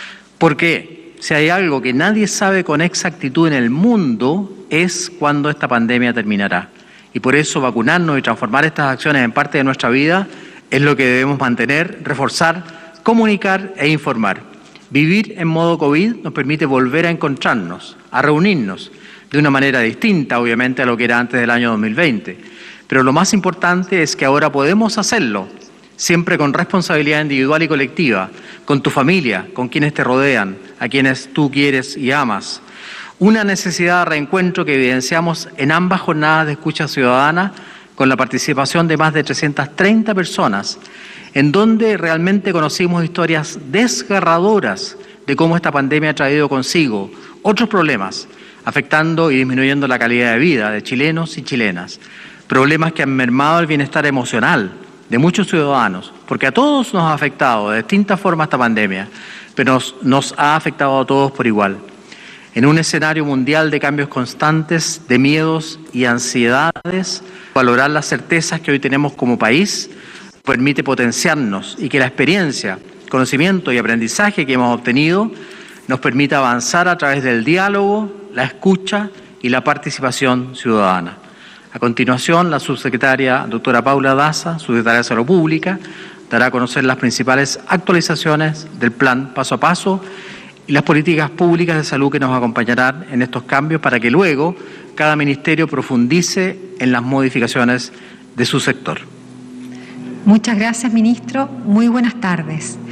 P: Porque si hay algo que nadie sabe con exactitud en el mundo es cuándo esta pandemia terminará. Y por eso vacunarnos y transformar estas acciones en parte de nuestra vida es lo que debemos mantener, reforzar, comunicar e informar. Vivir en modo COVID nos permite volver a encontrarnos, a reunirnos, de una manera distinta, obviamente, a lo que era antes del año dos mil veinte. Pero lo más importante es que ahora podemos hacerlo, siempre con responsabilidad individual y colectiva, con tu familia, con quienes te rodean, a quienes tú quieres y amas. Una necesidad de reencuentro que evidenciamos en ambas jornadas de escucha ciudadana, con la participación de más de trescientas treinta personas, en donde realmente conocimos historias desgarradoras de cómo esta pandemia ha traído consigo otros problemas, afectando y disminuyendo la calidad de vida de chilenos y chilenas. Problemas que han mermado el bienestar emocional de muchos ciudadanos, porque a todos nos ha afectado de distintas formas esta pandemia, pero nos, nos ha afectado a todos por igual. En un escenario mundial de cambios constantes, de miedos y ansiedades, valorar las certezas que hoy tenemos como país permite potenciarnos y que la experiencia, conocimiento y aprendizaje que hemos obtenido nos permita avanzar a través del diálogo, la escucha y la participación ciudadana. A continuación, la subsecretaria doctora Paula Daza, subsecretaria de Salud Pública, dará a conocer las principales actualizaciones del plan paso a paso y las políticas públicas de salud que nos acompañarán en estos cambios para que luego cada ministerio profundice en las modificaciones de su sector.
Q: Muchas gracias, ministro. Muy buenas tardes.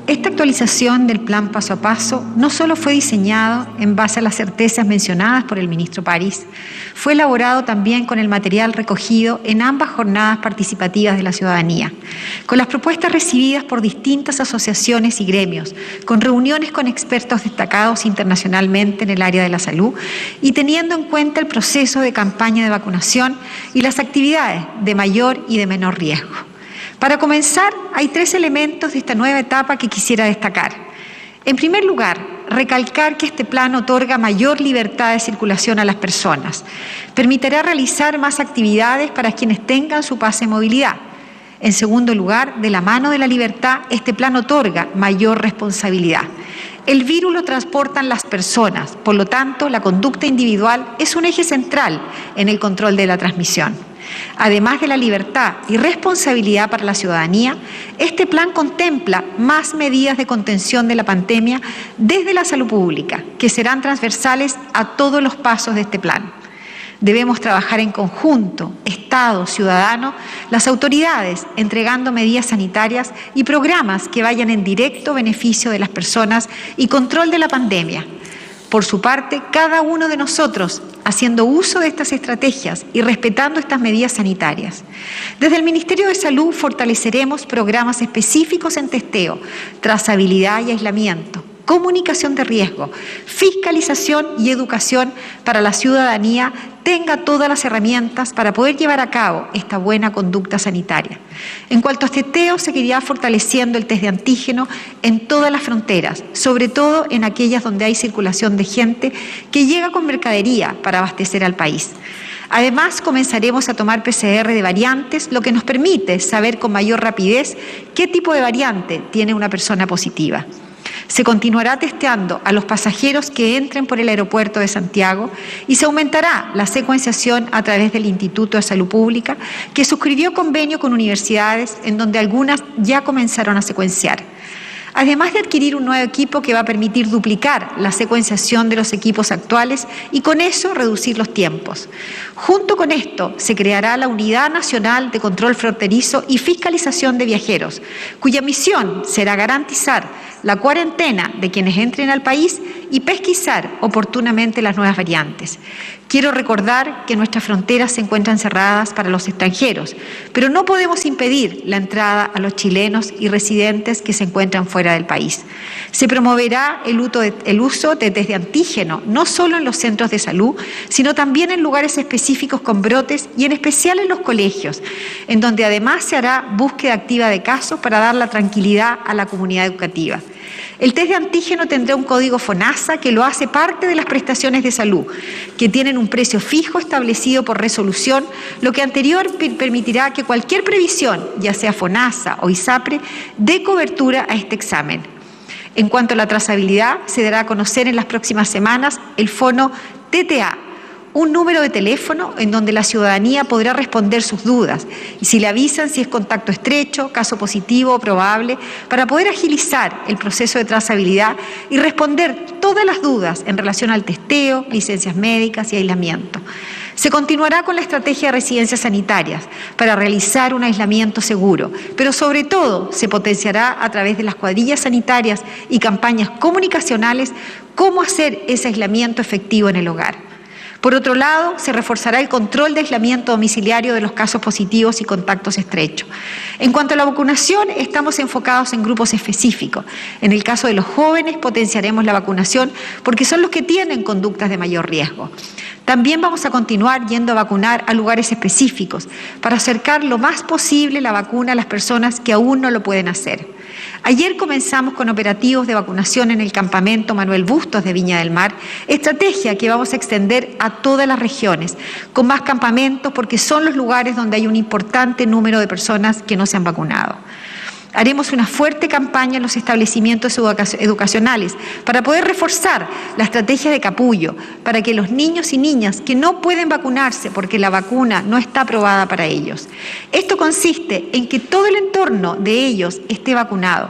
Q: Esta actualización del plan paso a paso no solo fue diseñado en base a las certezas mencionadas por el ministro París, fue elaborado también con el material recogido en ambas jornadas participativas de la ciudadanía, con las propuestas recibidas por distintas asociaciones y gremios, con reuniones con expertos destacados internacionalmente en el área de la salud y teniendo en cuenta el proceso de campaña de vacunación y las actividades de mayor y de menor riesgo. Para comenzar, hay tres elementos de esta nueva etapa que quisiera destacar. En primer lugar, recalcar que este plan otorga mayor libertad de circulación a las personas. Permitirá realizar más actividades para quienes tengan su pase de movilidad. En segundo lugar, de la mano de la libertad, este plan otorga mayor responsabilidad. El virus lo transportan las personas, por lo tanto, la conducta individual es un eje central en el control de la transmisión. Además de la libertad y responsabilidad para la ciudadanía, este plan contempla más medidas de contención de la pandemia desde la salud pública, que serán transversales a todos los pasos de este plan. Debemos trabajar en conjunto, Estado, ciudadanos, las autoridades, entregando medidas sanitarias y programas que vayan en directo beneficio de las personas y control de la pandemia. Por su parte, cada uno de nosotros haciendo uso de estas estrategias y respetando estas medidas sanitarias. Desde el Ministerio de Salud fortaleceremos programas específicos en testeo, trazabilidad y aislamiento, comunicación de riesgo, fiscalización y educación para la ciudadanía tenga todas las herramientas para poder llevar a cabo esta buena conducta sanitaria. En cuanto a testeo, seguirá fortaleciendo el test de antígeno en todas las fronteras, sobre todo en aquellas donde hay circulación de gente que llega con mercadería para abastecer al país. Además, comenzaremos a tomar P C R de variantes, lo que nos permite saber con mayor rapidez qué tipo de variante tiene una persona positiva. Se continuará testeando a los pasajeros que entren por el aeropuerto de Santiago y se aumentará la secuenciación a través del Instituto de Salud Pública, que suscribió convenio con universidades en donde algunas ya comenzaron a secuenciar. Además de adquirir un nuevo equipo que va a permitir duplicar la secuenciación de los equipos actuales y con eso reducir los tiempos. Junto con esto se creará la Unidad Nacional de Control Fronterizo y Fiscalización de Viajeros, cuya misión será garantizar la cuarentena de quienes entren al país y pesquisar oportunamente las nuevas variantes. Quiero recordar que nuestras fronteras se encuentran cerradas para los extranjeros, pero no podemos impedir la entrada a los chilenos y residentes que se encuentran fuera del país. Se promoverá el uso de test de antígeno, no solo en los centros de salud, sino también en lugares específicos con brotes y en especial en los colegios, en donde además se hará búsqueda activa de casos para dar la tranquilidad a la comunidad educativa. El test de antígeno tendrá un código FONASA que lo hace parte de las prestaciones de salud, que tienen un precio fijo establecido por resolución, lo que anterior permitirá que cualquier previsión, ya sea FONASA o ISAPRE, dé cobertura a este examen. En cuanto a la trazabilidad, se dará a conocer en las próximas semanas el fono T T A, un número de teléfono en donde la ciudadanía podrá responder sus dudas y si le avisan si es contacto estrecho, caso positivo o probable, para poder agilizar el proceso de trazabilidad y responder todas las dudas en relación al testeo, licencias médicas y aislamiento. Se continuará con la estrategia de residencias sanitarias para realizar un aislamiento seguro, pero sobre todo se potenciará a través de las cuadrillas sanitarias y campañas comunicacionales cómo hacer ese aislamiento efectivo en el hogar. Por otro lado, se reforzará el control de aislamiento domiciliario de los casos positivos y contactos estrechos. En cuanto a la vacunación, estamos enfocados en grupos específicos. En el caso de los jóvenes, potenciaremos la vacunación porque son los que tienen conductas de mayor riesgo. También vamos a continuar yendo a vacunar a lugares específicos para acercar lo más posible la vacuna a las personas que aún no lo pueden hacer. Ayer comenzamos con operativos de vacunación en el campamento Manuel Bustos de Viña del Mar, estrategia que vamos a extender a todas las regiones, con más campamentos porque son los lugares donde hay un importante número de personas que no se han vacunado. Haremos una fuerte campaña en los establecimientos educacionales para poder reforzar la estrategia de capullo, para que los niños y niñas que no pueden vacunarse porque la vacuna no está aprobada para ellos. Esto consiste en que todo el entorno de ellos esté vacunado,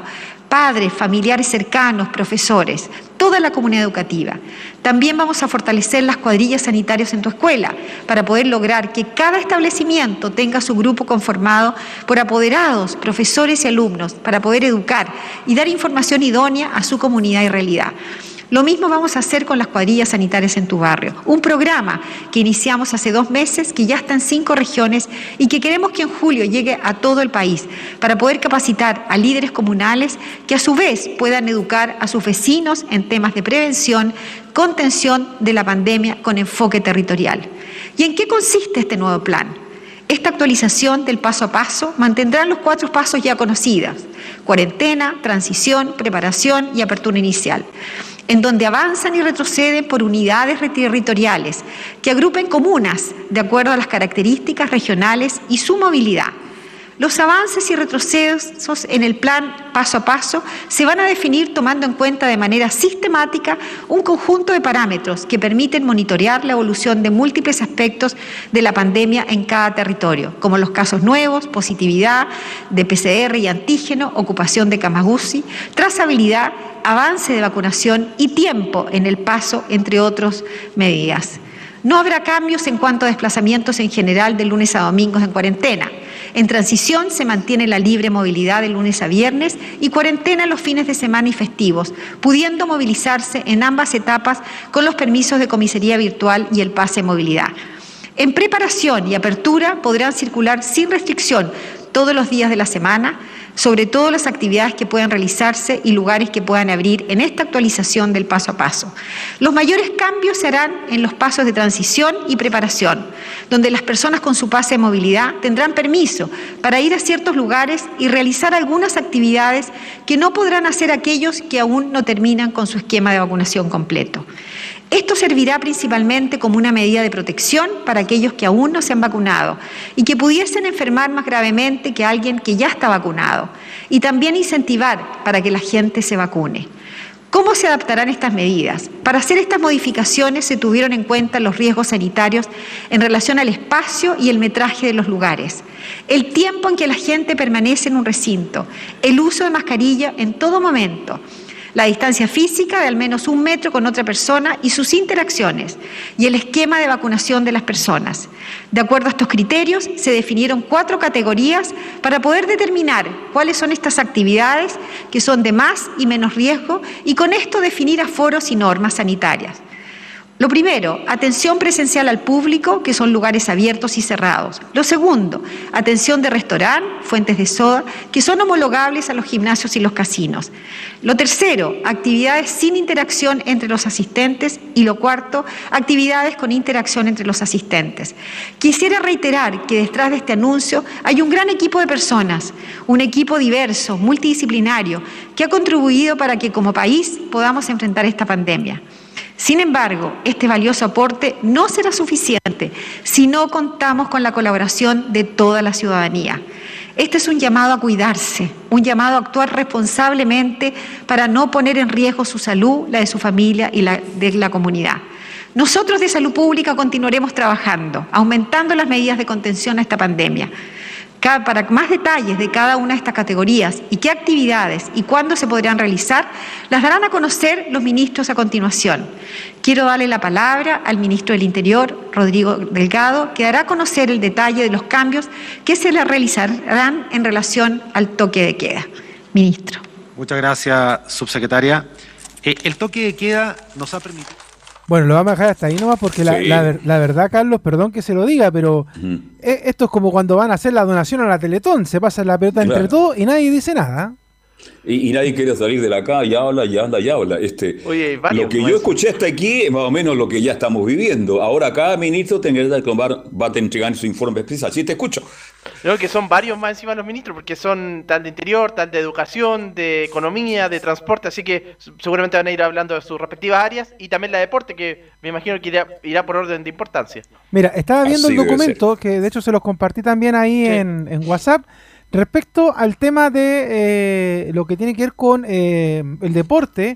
Q: padres, familiares cercanos, profesores, toda la comunidad educativa. También vamos a fortalecer las cuadrillas sanitarias en tu escuela para poder lograr que cada establecimiento tenga su grupo conformado por apoderados, profesores y alumnos para poder educar y dar información idónea a su comunidad y realidad. Lo mismo vamos a hacer con las cuadrillas sanitarias en tu barrio. Un programa que iniciamos hace dos meses, que ya está en cinco regiones y que queremos que en julio llegue a todo el país para poder capacitar a líderes comunales que a su vez puedan educar a sus vecinos en temas de prevención, contención de la pandemia con enfoque territorial. ¿Y en qué consiste este nuevo plan? Esta actualización del paso a paso mantendrá los cuatro pasos ya conocidos: cuarentena, transición, preparación y apertura inicial, en donde avanzan y retroceden por unidades territoriales que agrupen comunas de acuerdo a las características regionales y su movilidad. Los avances y retrocesos en el plan paso a paso se van a definir tomando en cuenta de manera sistemática un conjunto de parámetros que permiten monitorear la evolución de múltiples aspectos de la pandemia en cada territorio, como los casos nuevos, positividad de P C R y antígeno, ocupación de camas U C I, trazabilidad, avance de vacunación y tiempo en el paso, entre otras medidas. No habrá cambios en cuanto a desplazamientos en general de lunes a domingos en cuarentena. En transición se mantiene la libre movilidad de lunes a viernes y cuarentena los fines de semana y festivos, pudiendo movilizarse en ambas etapas con los permisos de comisaría virtual y el pase de movilidad. En preparación y apertura podrán circular sin restricción todos los días de la semana, sobre todo las actividades que puedan realizarse y lugares que puedan abrir en esta actualización del paso a paso. Los mayores cambios se harán en los pasos de transición y preparación, donde las personas con su pase de movilidad tendrán permiso para ir a ciertos lugares y realizar algunas actividades que no podrán hacer aquellos que aún no terminan con su esquema de vacunación completo. Esto servirá principalmente como una medida de protección para aquellos que aún no se han vacunado y que pudiesen enfermar más gravemente que alguien que ya está vacunado, y también incentivar para que la gente se vacune. ¿Cómo se adaptarán estas medidas? Para hacer estas modificaciones se tuvieron en cuenta los riesgos sanitarios en relación al espacio y el metraje de los lugares, el tiempo en que la gente permanece en un recinto, el uso de mascarilla en todo momento, la distancia física de al menos un metro con otra persona y sus interacciones, y el esquema de vacunación de las personas. De acuerdo a estos criterios, se definieron cuatro categorías para poder determinar cuáles son estas actividades que son de más y menos riesgo, y con esto definir aforos y normas sanitarias. Lo primero, atención presencial al público, que son lugares abiertos y cerrados. Lo segundo, atención de restaurante, fuentes de soda, que son homologables a los gimnasios y los casinos. Lo tercero, actividades sin interacción entre los asistentes. Y lo cuarto, actividades con interacción entre los asistentes. Quisiera reiterar que detrás de este anuncio hay un gran equipo de personas, un equipo diverso, multidisciplinario, que ha contribuido para que como país podamos enfrentar esta pandemia. Sin embargo, este valioso aporte no será suficiente si no contamos con la colaboración de toda la ciudadanía. Este es un llamado a cuidarse, un llamado a actuar responsablemente para no poner en riesgo su salud, la de su familia y la de la comunidad. Nosotros de Salud Pública continuaremos trabajando, aumentando las medidas de contención a esta pandemia. Para más detalles de cada una de estas categorías y qué actividades y cuándo se podrán realizar, las darán a conocer los ministros a continuación. Quiero darle la palabra al ministro del Interior, Rodrigo Delgado, que dará a conocer el detalle de los cambios que se le realizarán en relación al toque de queda. Ministro.
R: Muchas gracias, subsecretaria. Eh, el toque de queda nos ha permitido...
B: Bueno, lo vamos a dejar hasta ahí nomás porque la, sí. la, la verdad, Carlos, perdón que se lo diga, pero uh-huh. esto es como cuando van a hacer la donación a la Teletón, se pasa la pelota claro. entre todos y nadie dice nada.
D: Y, y nadie quiere salir de la calle, ya habla, ya anda, ya habla. Este,
E: Oye,
D: varios, lo que yo escuché hasta aquí es más o menos lo que ya estamos viviendo. Ahora cada ministro tendrá que va, va a entregar su informe especial. Sí, te escucho.
E: Creo que son varios más encima los ministros, porque son tal de Interior, tal de Educación, de Economía, de Transporte, así que seguramente van a ir hablando de sus respectivas áreas, y también la de Deporte, que me imagino que irá, irá por orden de importancia.
B: Mira, estaba viendo así el documento, que de hecho se los compartí también ahí sí. en, en WhatsApp, respecto al tema de eh, lo que tiene que ver con eh, el deporte.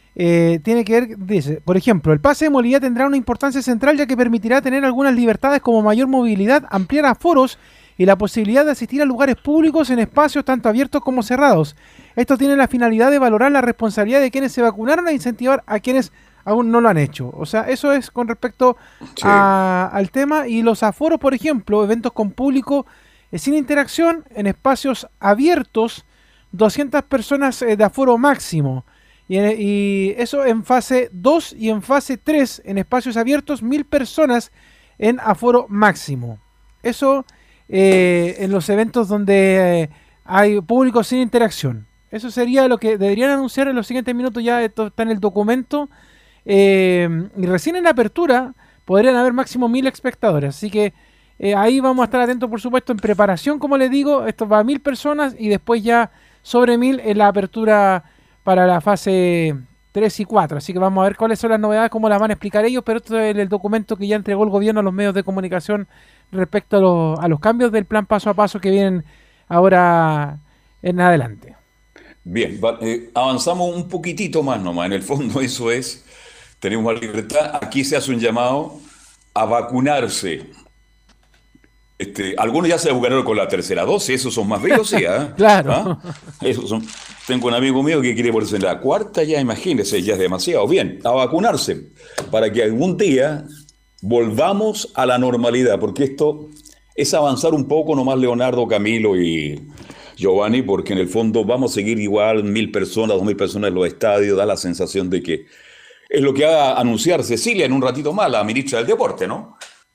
B: Eh, tiene que ver, dice, por ejemplo, el pase de movilidad tendrá una importancia central ya que permitirá tener algunas libertades como mayor movilidad, ampliar aforos y la posibilidad de asistir a lugares públicos en espacios tanto abiertos como cerrados. Esto tiene la finalidad de valorar la responsabilidad de quienes se vacunaron e incentivar a quienes aún no lo han hecho. O sea, eso es con respecto sí. a, al tema. Y los aforos, por ejemplo, eventos con público eh, sin interacción en espacios abiertos, doscientas personas eh, de aforo máximo. Y, y eso en fase dos y en fase tres, en espacios abiertos, mil personas en aforo máximo. Eso eh, en los eventos donde eh, hay público sin interacción. Eso sería lo que deberían anunciar en los siguientes minutos, ya esto está en el documento. Eh, y recién en la apertura podrían haber máximo mil espectadores. Así que eh, ahí vamos a estar atentos, por supuesto, en preparación, como les digo. Esto va a mil personas y después ya sobre mil en la apertura para la fase tres y cuatro. Así que vamos a ver cuáles son las novedades, cómo las van a explicar ellos, pero esto es el documento que ya entregó el gobierno a los medios de comunicación respecto a, lo, a los cambios del plan paso a paso que vienen ahora en adelante.
D: Bien, eh, avanzamos un poquitito más nomás. En el fondo eso es, tenemos más libertad. Aquí se hace un llamado a vacunarse. Este, algunos ya se vacunaron con la tercera dosis, esos son más bellos, sí, ¿eh?
B: Claro.
D: ¿Ah? Esos son. Tengo un amigo mío que quiere ponerse en la cuarta, ya imagínese, ya es demasiado. Bien, a vacunarse, para que algún día volvamos a la normalidad, porque esto es avanzar un poco nomás, Leonardo, Camilo y Giovanni, porque en el fondo vamos a seguir igual, mil personas, dos mil personas en los estadios, da la sensación de que es lo que va a anunciar Cecilia en un ratito más, la ministra del Deporte, ¿no?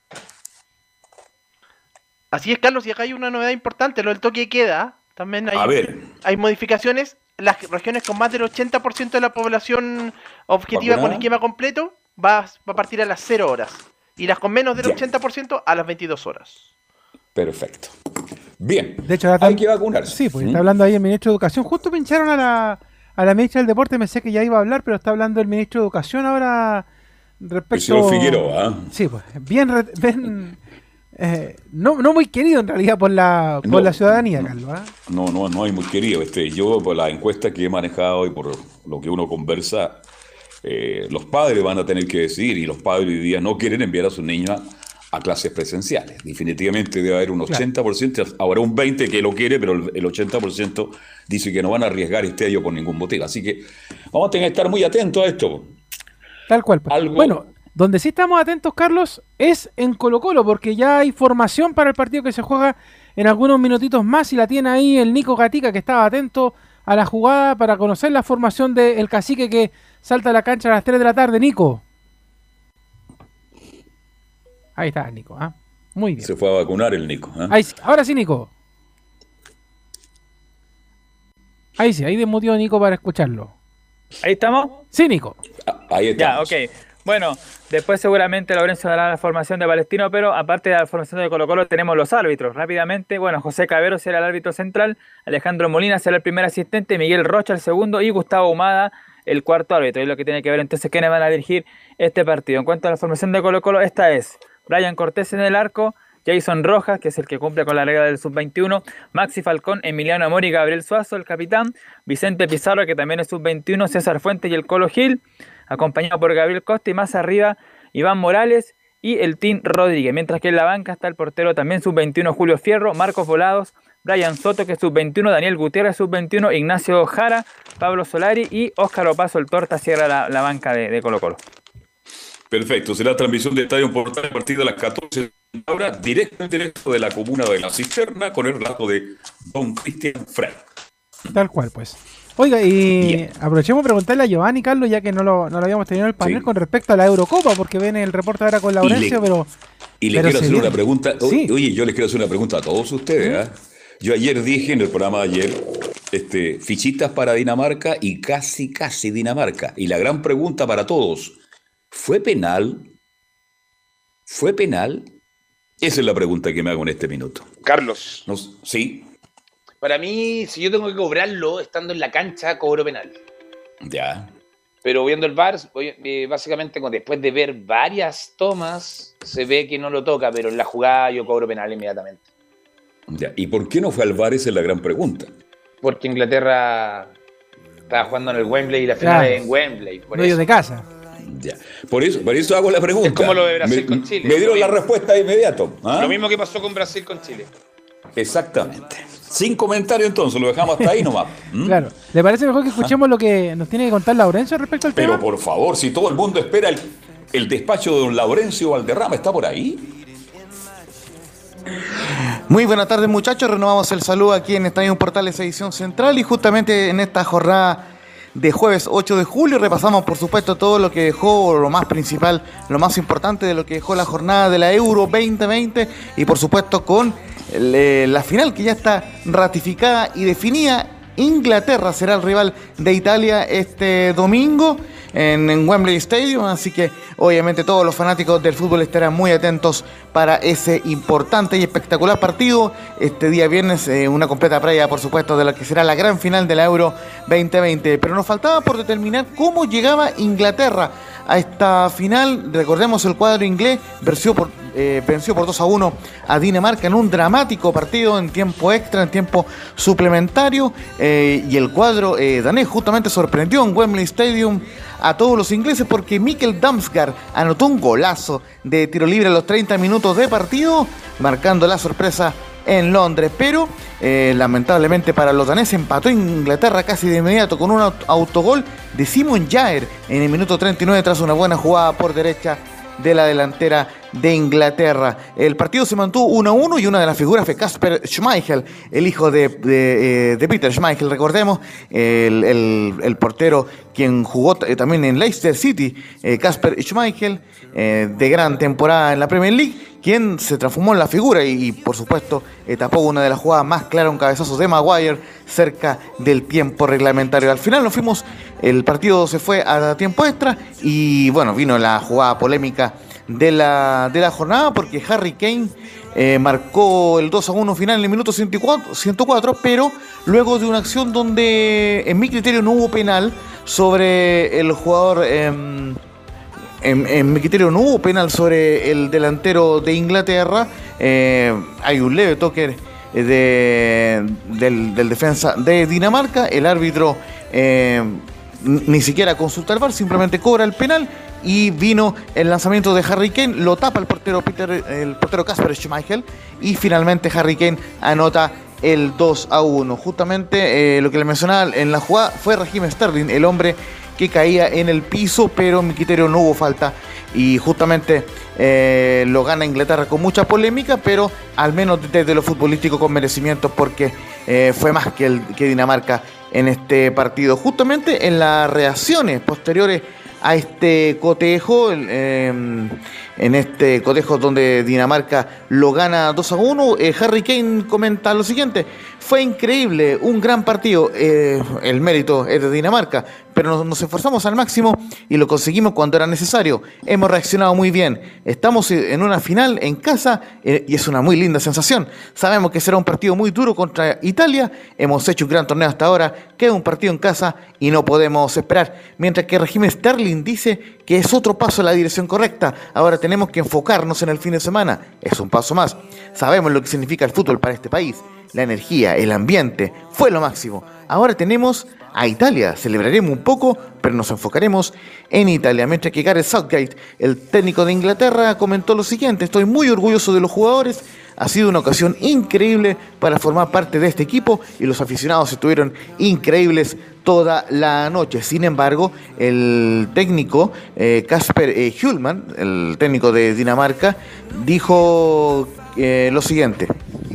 E: Así es, Carlos, y acá hay una novedad importante, lo del toque de queda. También hay,
D: a ver.
E: hay modificaciones. Las regiones con más del ochenta por ciento de la población objetiva ¿vacunada? Con esquema completo va, va a partir a las cero horas. Y las con menos del ya. ochenta por ciento a las veintidós horas.
D: Perfecto. Bien,
B: de hecho,
D: hay que vacunarse.
B: Sí, pues ¿Mm? Está hablando ahí el ministro de Educación. Justo pincharon a la, a la ministra del Deporte, me sé que ya iba a hablar, pero está hablando el ministro de Educación ahora respecto...
D: El señor Figueroa. ¿eh?
B: Sí, pues bien... bien Eh, no, no muy querido en realidad por la, por
D: no,
B: la ciudadanía, Carlos. ¿eh?
D: No, no, no hay muy querido. Este, yo por la encuesta que he manejado y por lo que uno conversa, eh, los padres van a tener que decidir y los padres hoy día no quieren enviar a sus niños a, a clases presenciales. Definitivamente debe haber un ochenta por ciento, claro. Habrá un veinte por ciento que lo quiere, pero el, el ochenta por ciento dice que no van a arriesgar este año por ningún motivo. Así que vamos a tener que estar muy atentos a esto.
B: Tal cual. Pues.
D: Algo...
B: Bueno, donde sí estamos atentos, Carlos, es en Colo-Colo, porque ya hay formación para el partido que se juega en algunos minutitos más y la tiene ahí el Nico Gatica, que estaba atento a la jugada para conocer la formación del cacique que salta a la cancha a las tres de la tarde. Nico. Ahí está el Nico, ¿eh? Muy bien.
D: Se fue a vacunar el Nico. ¿eh?
B: Ahí sí. Ahora sí, Nico. Ahí sí, ahí desmutió a Nico para escucharlo.
C: ¿Ahí estamos?
B: Sí, Nico.
D: Ahí estamos.
C: Ya, ok. Bueno, después seguramente Lorenzo dará la formación de Palestino, pero aparte de la formación de Colo-Colo tenemos los árbitros. Rápidamente, bueno, José Cabero será el árbitro central, Alejandro Molina será el primer asistente, Miguel Rocha el segundo y Gustavo Humada el cuarto árbitro. Es lo que tiene que ver entonces quiénes van a dirigir este partido. En cuanto a la formación de Colo-Colo, esta es Brian Cortés en el arco, Jason Rojas, que es el que cumple con la regla del sub veintiuno, Maxi Falcón, Emiliano Amor y Gabriel Suazo, el capitán, Vicente Pizarro, que también es sub veintiuno, César Fuentes y el Colo Gil, acompañado por Gabriel Costa, y más arriba Iván Morales y el Team Rodríguez, mientras que en la banca está el portero también sub veintiuno Julio Fierro, Marcos Volados, Brian Soto, que es sub veintiuno, Daniel Gutiérrez sub veintiuno, Ignacio Jara, Pablo Solari y Óscar Opaso, el Torta, cierra la, la banca de, de Colo Colo.
D: Perfecto, será transmisión de Estadio Portal a partir de las catorce horas, directo en directo de la comuna de La Cisterna, con el relato de don Cristian Frey.
B: Tal cual, pues. Oiga, y Bien. aprovechemos para preguntarle a Giovanni, Carlos, ya que no lo, no lo habíamos tenido en el panel, sí. con respecto a la Eurocopa, porque viene el reporte ahora con Laurencio, pero...
D: Y le
B: pero
D: quiero hacer
B: viene.
D: una pregunta,
B: sí.
D: oye, yo les quiero hacer una pregunta a todos ustedes. ¿eh? Yo ayer dije en el programa de ayer, este, fichitas para Dinamarca y casi, casi Dinamarca. Y la gran pregunta para todos, ¿fue penal? ¿Fue penal? Esa es la pregunta que me hago en este minuto.
F: Carlos.
D: No, sí.
F: Para mí, si yo tengo que cobrarlo estando en la cancha, cobro penal.
D: Ya.
F: Pero viendo el V A R, eh, básicamente después de ver varias tomas, se ve que no lo toca, pero en la jugada yo cobro penal inmediatamente.
D: Ya. ¿Y por qué no fue al V A R? Esa es la gran pregunta.
F: Porque Inglaterra estaba jugando en el Wembley y la final claro. en Wembley. Por
B: medio
F: eso.
B: de casa.
D: Ya. Por eso, por eso hago la pregunta.
F: Es como lo de Brasil
D: me,
F: con Chile.
D: Me dieron la respuesta de inmediato. ¿Ah?
F: Lo mismo que pasó con Brasil con Chile.
D: Exactamente. Sin comentario entonces, lo dejamos hasta ahí nomás. ¿Mm?
B: Claro. ¿Le parece mejor que escuchemos lo que nos tiene que contar Laurencio respecto al
D: Pero
B: tema?
D: por favor, si todo el mundo espera el, el despacho de don Laurencio Valderrama, ¿está por ahí?
S: Muy buenas tardes, muchachos. Renovamos el saludo aquí en Estadio Portales Edición Central y justamente en esta jornada de jueves ocho de julio repasamos por supuesto todo lo que dejó, lo más principal, lo más importante de lo que dejó la jornada de la Euro veinte veinte y por supuesto con el, la final que ya está ratificada y definida. Inglaterra será el rival de Italia este domingo en, en Wembley Stadium, así que obviamente todos los fanáticos del fútbol estarán muy atentos para ese importante y espectacular partido este día viernes, eh, una completa previa por supuesto de lo que será la gran final de la Euro veinte veinte, pero nos faltaba por determinar cómo llegaba Inglaterra a esta final. Recordemos el cuadro inglés venció por, eh, venció por dos a uno a Dinamarca en un dramático partido en tiempo extra, en tiempo suplementario, eh, y el cuadro eh, danés justamente sorprendió en Wembley Stadium a todos los ingleses porque Mikkel Damsgaard anotó un golazo de tiro libre a los treinta minutos de partido, marcando la sorpresa en Londres, pero eh, lamentablemente para los daneses empató Inglaterra casi de inmediato con un autogol de Simon Jair en el minuto treinta y nueve tras una buena jugada por derecha de la delantera de Inglaterra. El partido se mantuvo uno a uno y una de las figuras fue Kasper Schmeichel, el hijo de, de, de Peter Schmeichel, recordemos, el, el, el portero quien jugó t- también en Leicester City, Kasper eh, Schmeichel, eh, de gran temporada en la Premier League, quien se transformó en la figura y, y por supuesto eh, tapó una de las jugadas más claras, un cabezazo de Maguire cerca del tiempo reglamentario. Al final nos fuimos, el partido se fue a tiempo extra y bueno, vino la jugada polémica de la, de la jornada porque Harry Kane eh, marcó el dos a uno final en el minuto ciento cuatro, pero luego de una acción donde en mi criterio no hubo penal sobre el jugador... Eh, En, en mi criterio no hubo penal sobre el delantero de Inglaterra. Eh, hay un leve toque de, del, del defensa de Dinamarca. El árbitro eh, ni siquiera consulta el V A R, simplemente cobra el penal y vino el lanzamiento de Harry Kane, lo tapa el portero Peter, el portero Kasper Schmeichel y finalmente Harry Kane anota el dos a uno. Justamente eh, lo que le mencionaba en la jugada fue Raheem Sterling, el hombre que caía en el piso, pero en mi criterio no hubo falta y justamente eh, lo gana Inglaterra con mucha polémica, pero al menos desde lo futbolístico con merecimientos porque eh, fue más que, el, que Dinamarca en este partido. Justamente en las reacciones posteriores a este cotejo, eh, en este cotejo donde Dinamarca lo gana dos a uno, eh, Harry Kane comenta lo siguiente: fue increíble, un gran partido, eh, el mérito es de Dinamarca, pero nos, nos esforzamos al máximo y lo conseguimos cuando era necesario. Hemos reaccionado muy bien, estamos en una final en casa eh, y es una muy linda sensación. Sabemos que será un partido muy duro contra Italia, hemos hecho un gran torneo hasta ahora, queda un partido en casa y no podemos esperar. Mientras que Raheem Sterling dice que es otro paso en la dirección correcta, ahora tenemos que enfocarnos en el fin de semana, es un paso más. Sabemos lo que significa el fútbol para este país, la energía, el ambiente, fue lo máximo. Ahora tenemos a Italia, celebraremos un poco, pero nos enfocaremos en Italia. Mientras que Gareth Southgate, el técnico de Inglaterra, comentó lo siguiente: estoy muy orgulloso de los jugadores, ha sido una ocasión increíble para formar parte de este equipo y los aficionados estuvieron increíbles toda la noche. Sin embargo, el técnico Kasper eh, eh, Hjulmand, el técnico de Dinamarca, dijo eh, lo siguiente.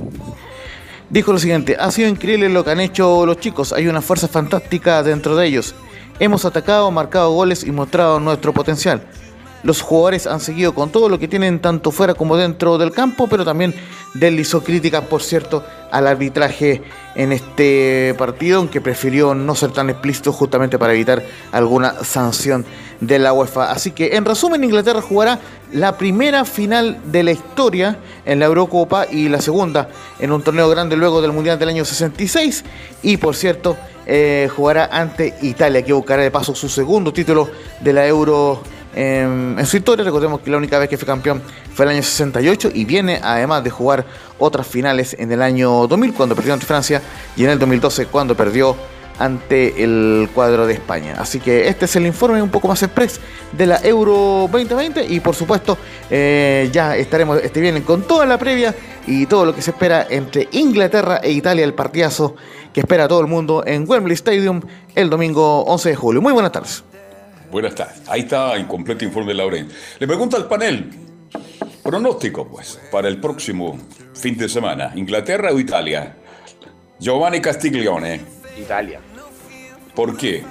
S: Dijo lo siguiente: ha sido increíble lo que han hecho los chicos, hay una fuerza fantástica dentro de ellos. Hemos atacado, marcado goles y mostrado nuestro potencial. Los jugadores han seguido con todo lo que tienen tanto fuera como dentro del campo, pero también deslizó críticas, por cierto, al arbitraje en este partido, aunque prefirió no ser tan explícito justamente para evitar alguna sanción de la UEFA. Así que, en resumen, Inglaterra jugará la primera final de la historia en la Eurocopa y la segunda en un torneo grande luego del Mundial del año sesenta y seis y, por cierto, eh, jugará ante Italia, que buscará de paso su segundo título de la Euro En, en su historia. Recordemos que la única vez que fue campeón fue el año sesenta y ocho y viene además de jugar otras finales en el año dos mil cuando perdió ante Francia y en el dos mil doce cuando perdió ante el cuadro de España. Así que este es el informe un poco más express de la Euro veinte veinte y por supuesto eh, ya estaremos este viernes con toda la previa y todo lo que se espera entre Inglaterra e Italia, el partidazo que espera a todo el mundo en Wembley Stadium el domingo once de julio. Muy buenas tardes.
D: Buenas tardes. Ahí está el completo informe de Lauren. Le pregunta al panel, pronóstico pues, para el próximo fin de semana, ¿Inglaterra o Italia? Giovanni Castiglione.
F: Italia.
D: ¿Por qué?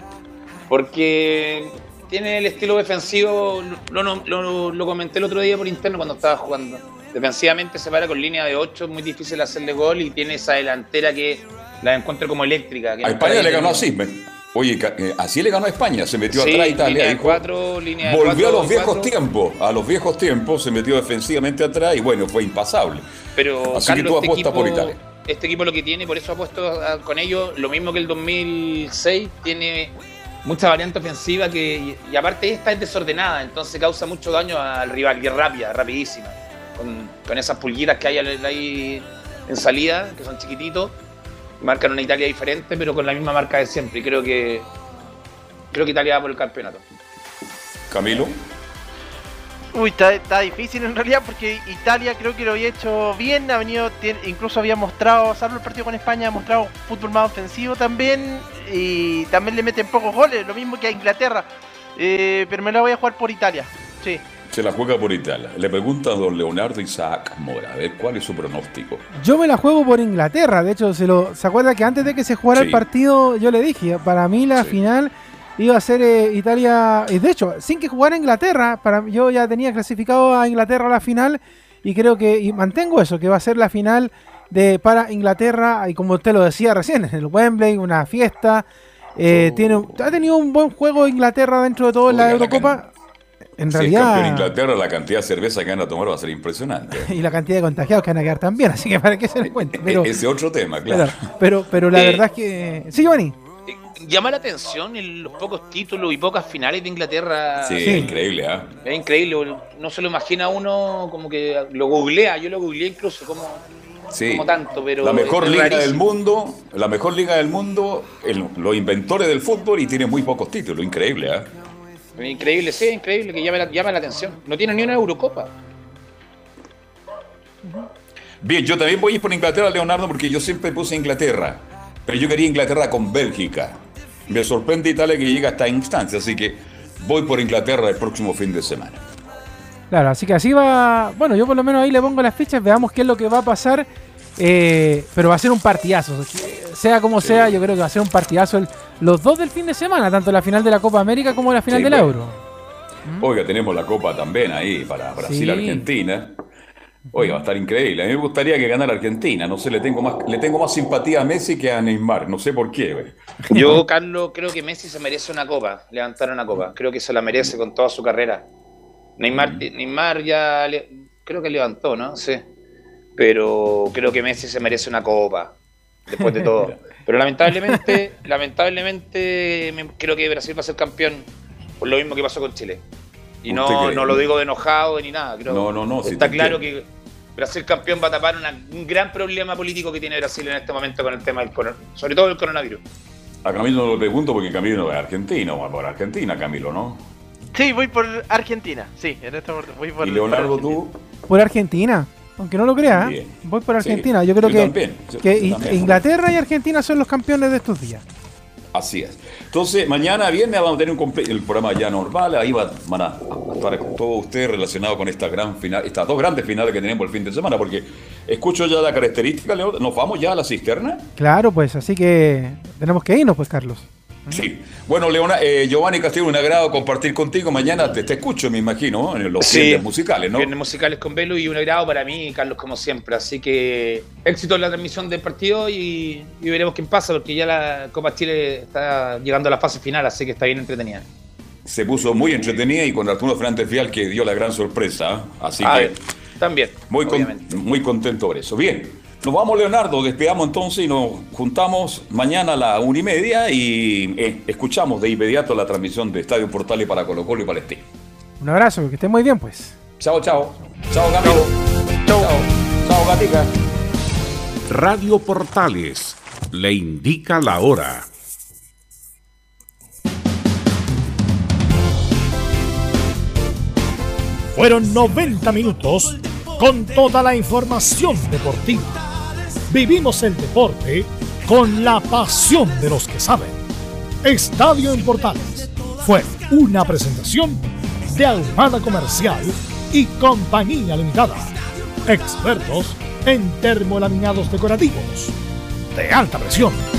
F: Porque tiene el estilo defensivo, lo, lo, lo, lo comenté el otro día por interno cuando estaba jugando. Defensivamente se para con línea de ocho, es muy difícil hacerle gol y tiene esa delantera que la encuentro como eléctrica. Que
D: a España le ganó así. Oye, así le ganó a España, se metió
F: sí,
D: atrás a Italia.
F: Línea de
D: dijo,
F: cuatro, línea de
D: volvió
F: cuatro,
D: a los viejos
F: cuatro.
D: tiempos, a los viejos tiempos, se metió defensivamente atrás y bueno, fue impasable.
F: Pero
D: así
F: Carlos,
D: que tú
F: este
D: apuestas
F: equipo,
D: por Italia.
F: Este equipo lo que tiene, por eso apuesto a, con ellos, lo mismo que el dos mil seis, tiene mucha variante ofensiva que, y, y aparte esta es desordenada, entonces causa mucho daño al rival, que es rápida, rapidísima, con, con esas pulguitas que hay ahí en salida, que son chiquititos, marcan una Italia diferente, pero con la misma marca de siempre, y creo que creo que Italia va por el campeonato.
D: Camilo.
E: Uy, está, está difícil en realidad porque Italia creo que lo había hecho bien, ha venido, tiene, incluso había mostrado, salvo el partido con España, ha mostrado fútbol más ofensivo también y también le meten pocos goles, lo mismo que a Inglaterra, eh, pero me la voy a jugar por Italia, sí.
D: Se la juega por Italia. Le pregunta a don Leonardo Isaac Mora, a ver cuál es su pronóstico.
B: Yo me la juego por Inglaterra, de hecho, se, lo, ¿se acuerda que antes de que se jugara
D: sí.
B: el partido yo le dije, para mí la sí. final iba a ser eh, Italia, y de hecho, sin que jugara Inglaterra, para yo ya tenía clasificado a Inglaterra a la final y creo que, y mantengo eso, que va a ser la final de para Inglaterra, y como usted lo decía recién, en el Wembley, una fiesta, eh, oh. tiene, ha tenido un buen juego Inglaterra dentro de todo en la Eurocopa. En
D: si
B: realidad,
D: es campeón Inglaterra, la cantidad de cerveza que van a tomar va a ser impresionante.
B: Y la cantidad de contagiados que van a quedar también, así que para que se les cuente. Pero,
D: ese otro tema, claro.
B: Pero, pero, pero la
F: eh,
B: verdad es que... Sí, Giovanni.
F: Llama la atención en los pocos títulos y pocas finales de Inglaterra.
D: Sí, sí. Es increíble, ¿ah? ¿eh?
F: Es increíble, no se lo imagina uno, como que lo googlea, yo lo googleé incluso, como,
D: sí.
F: como tanto, pero
D: la mejor liga
F: rarísimo.
D: del mundo, la mejor liga del mundo, el, los inventores del fútbol y tiene muy pocos títulos, increíble, ¿ah? ¿eh?
F: Increíble, sí, increíble, que llama la, llama la atención. No tiene ni una Eurocopa.
D: Bien, yo también voy a ir por Inglaterra, Leonardo, porque yo siempre puse Inglaterra, pero yo quería Inglaterra con Bélgica. Me sorprende Italia que llega a esta instancia, así que voy por Inglaterra el próximo fin de semana.
B: Claro, así que así va. Bueno, yo por lo menos ahí le pongo las fichas, veamos qué es lo que va a pasar. Eh, pero va a ser un partidazo. Sea como sí. sea, yo creo que va a ser un partidazo el, los dos del fin de semana, tanto la final de la Copa América como la final sí, del bueno. Euro.
D: Oiga, tenemos la Copa también ahí para Brasil-Argentina. Sí. Oiga, va a estar increíble. A mí me gustaría que ganara Argentina. No sé, le tengo más, le tengo más simpatía a Messi que a Neymar. No sé por qué. Güey.
F: Yo, Carlos, creo que Messi se merece una copa. Levantar una copa. Creo que se la merece con toda su carrera. Neymar, mm. Neymar ya le, creo que levantó, ¿no? Sí. Pero creo que Messi se merece una copa. Después de todo. Pero lamentablemente, lamentablemente creo que Brasil va a ser campeón. Por lo mismo que pasó con Chile. Y no, no lo digo de enojado ni nada. Creo
D: no, no, no.
F: Está
D: si
F: claro que Brasil campeón va a tapar una, un gran problema político que tiene Brasil en este momento con el tema del coronavirus, sobre todo el coronavirus.
D: A Camilo no lo pregunto porque Camilo no es argentino, va por Argentina, Camilo, ¿no?
E: Sí, voy por Argentina. Sí, en este momento voy por.
D: ¿Y Leonardo
E: por
D: tú?
B: Por Argentina. Aunque no lo creas, ¿eh? Voy por Argentina. Sí, yo creo yo que, también, yo, que yo también. Inglaterra y Argentina son los campeones de estos días.
D: Así es. Entonces, mañana viernes vamos a tener un el programa ya normal. Ahí va, van a estar todos ustedes relacionados con esta gran final, estas dos grandes finales que tenemos el fin de semana. Porque escucho ya la característica, Leo. ¿Nos vamos ya a la cisterna?
B: Claro, pues así que tenemos que irnos, pues, Carlos.
D: Sí. Bueno, Leona, eh, Giovanni Castillo, un agrado compartir contigo. Mañana te, te escucho, me imagino, en los
F: sí,
D: viernes musicales, ¿no?
F: Viernes musicales con Velo y un agrado para mí, Carlos, como siempre. Así que éxito en la transmisión del partido y, y veremos quién pasa, porque ya la Copa Chile está llegando a la fase final, así que está bien entretenida.
D: Se puso muy entretenida y con Arturo Fernández Vial, que dio la gran sorpresa. ¿eh? Así
F: ah,
D: que
F: también,
D: muy, con, muy contento por eso. Bien. Nos vamos, Leonardo, despedamos entonces y nos juntamos mañana a la una y media y eh, escuchamos de inmediato la transmisión de Estadio Portales para Colo-Colo y Palestina.
B: Un abrazo, que estén muy bien, pues.
D: Chao, chao. Chao, Camilo. Chao. Chao, chao Gatica.
T: Radio Portales le indica la hora.
A: Fueron noventa minutos con toda la información deportiva. Vivimos el deporte con la pasión de los que saben. Estadio en Portales fue una presentación de Ahumada Comercial y Compañía Limitada. Expertos en termolaminados decorativos de alta presión.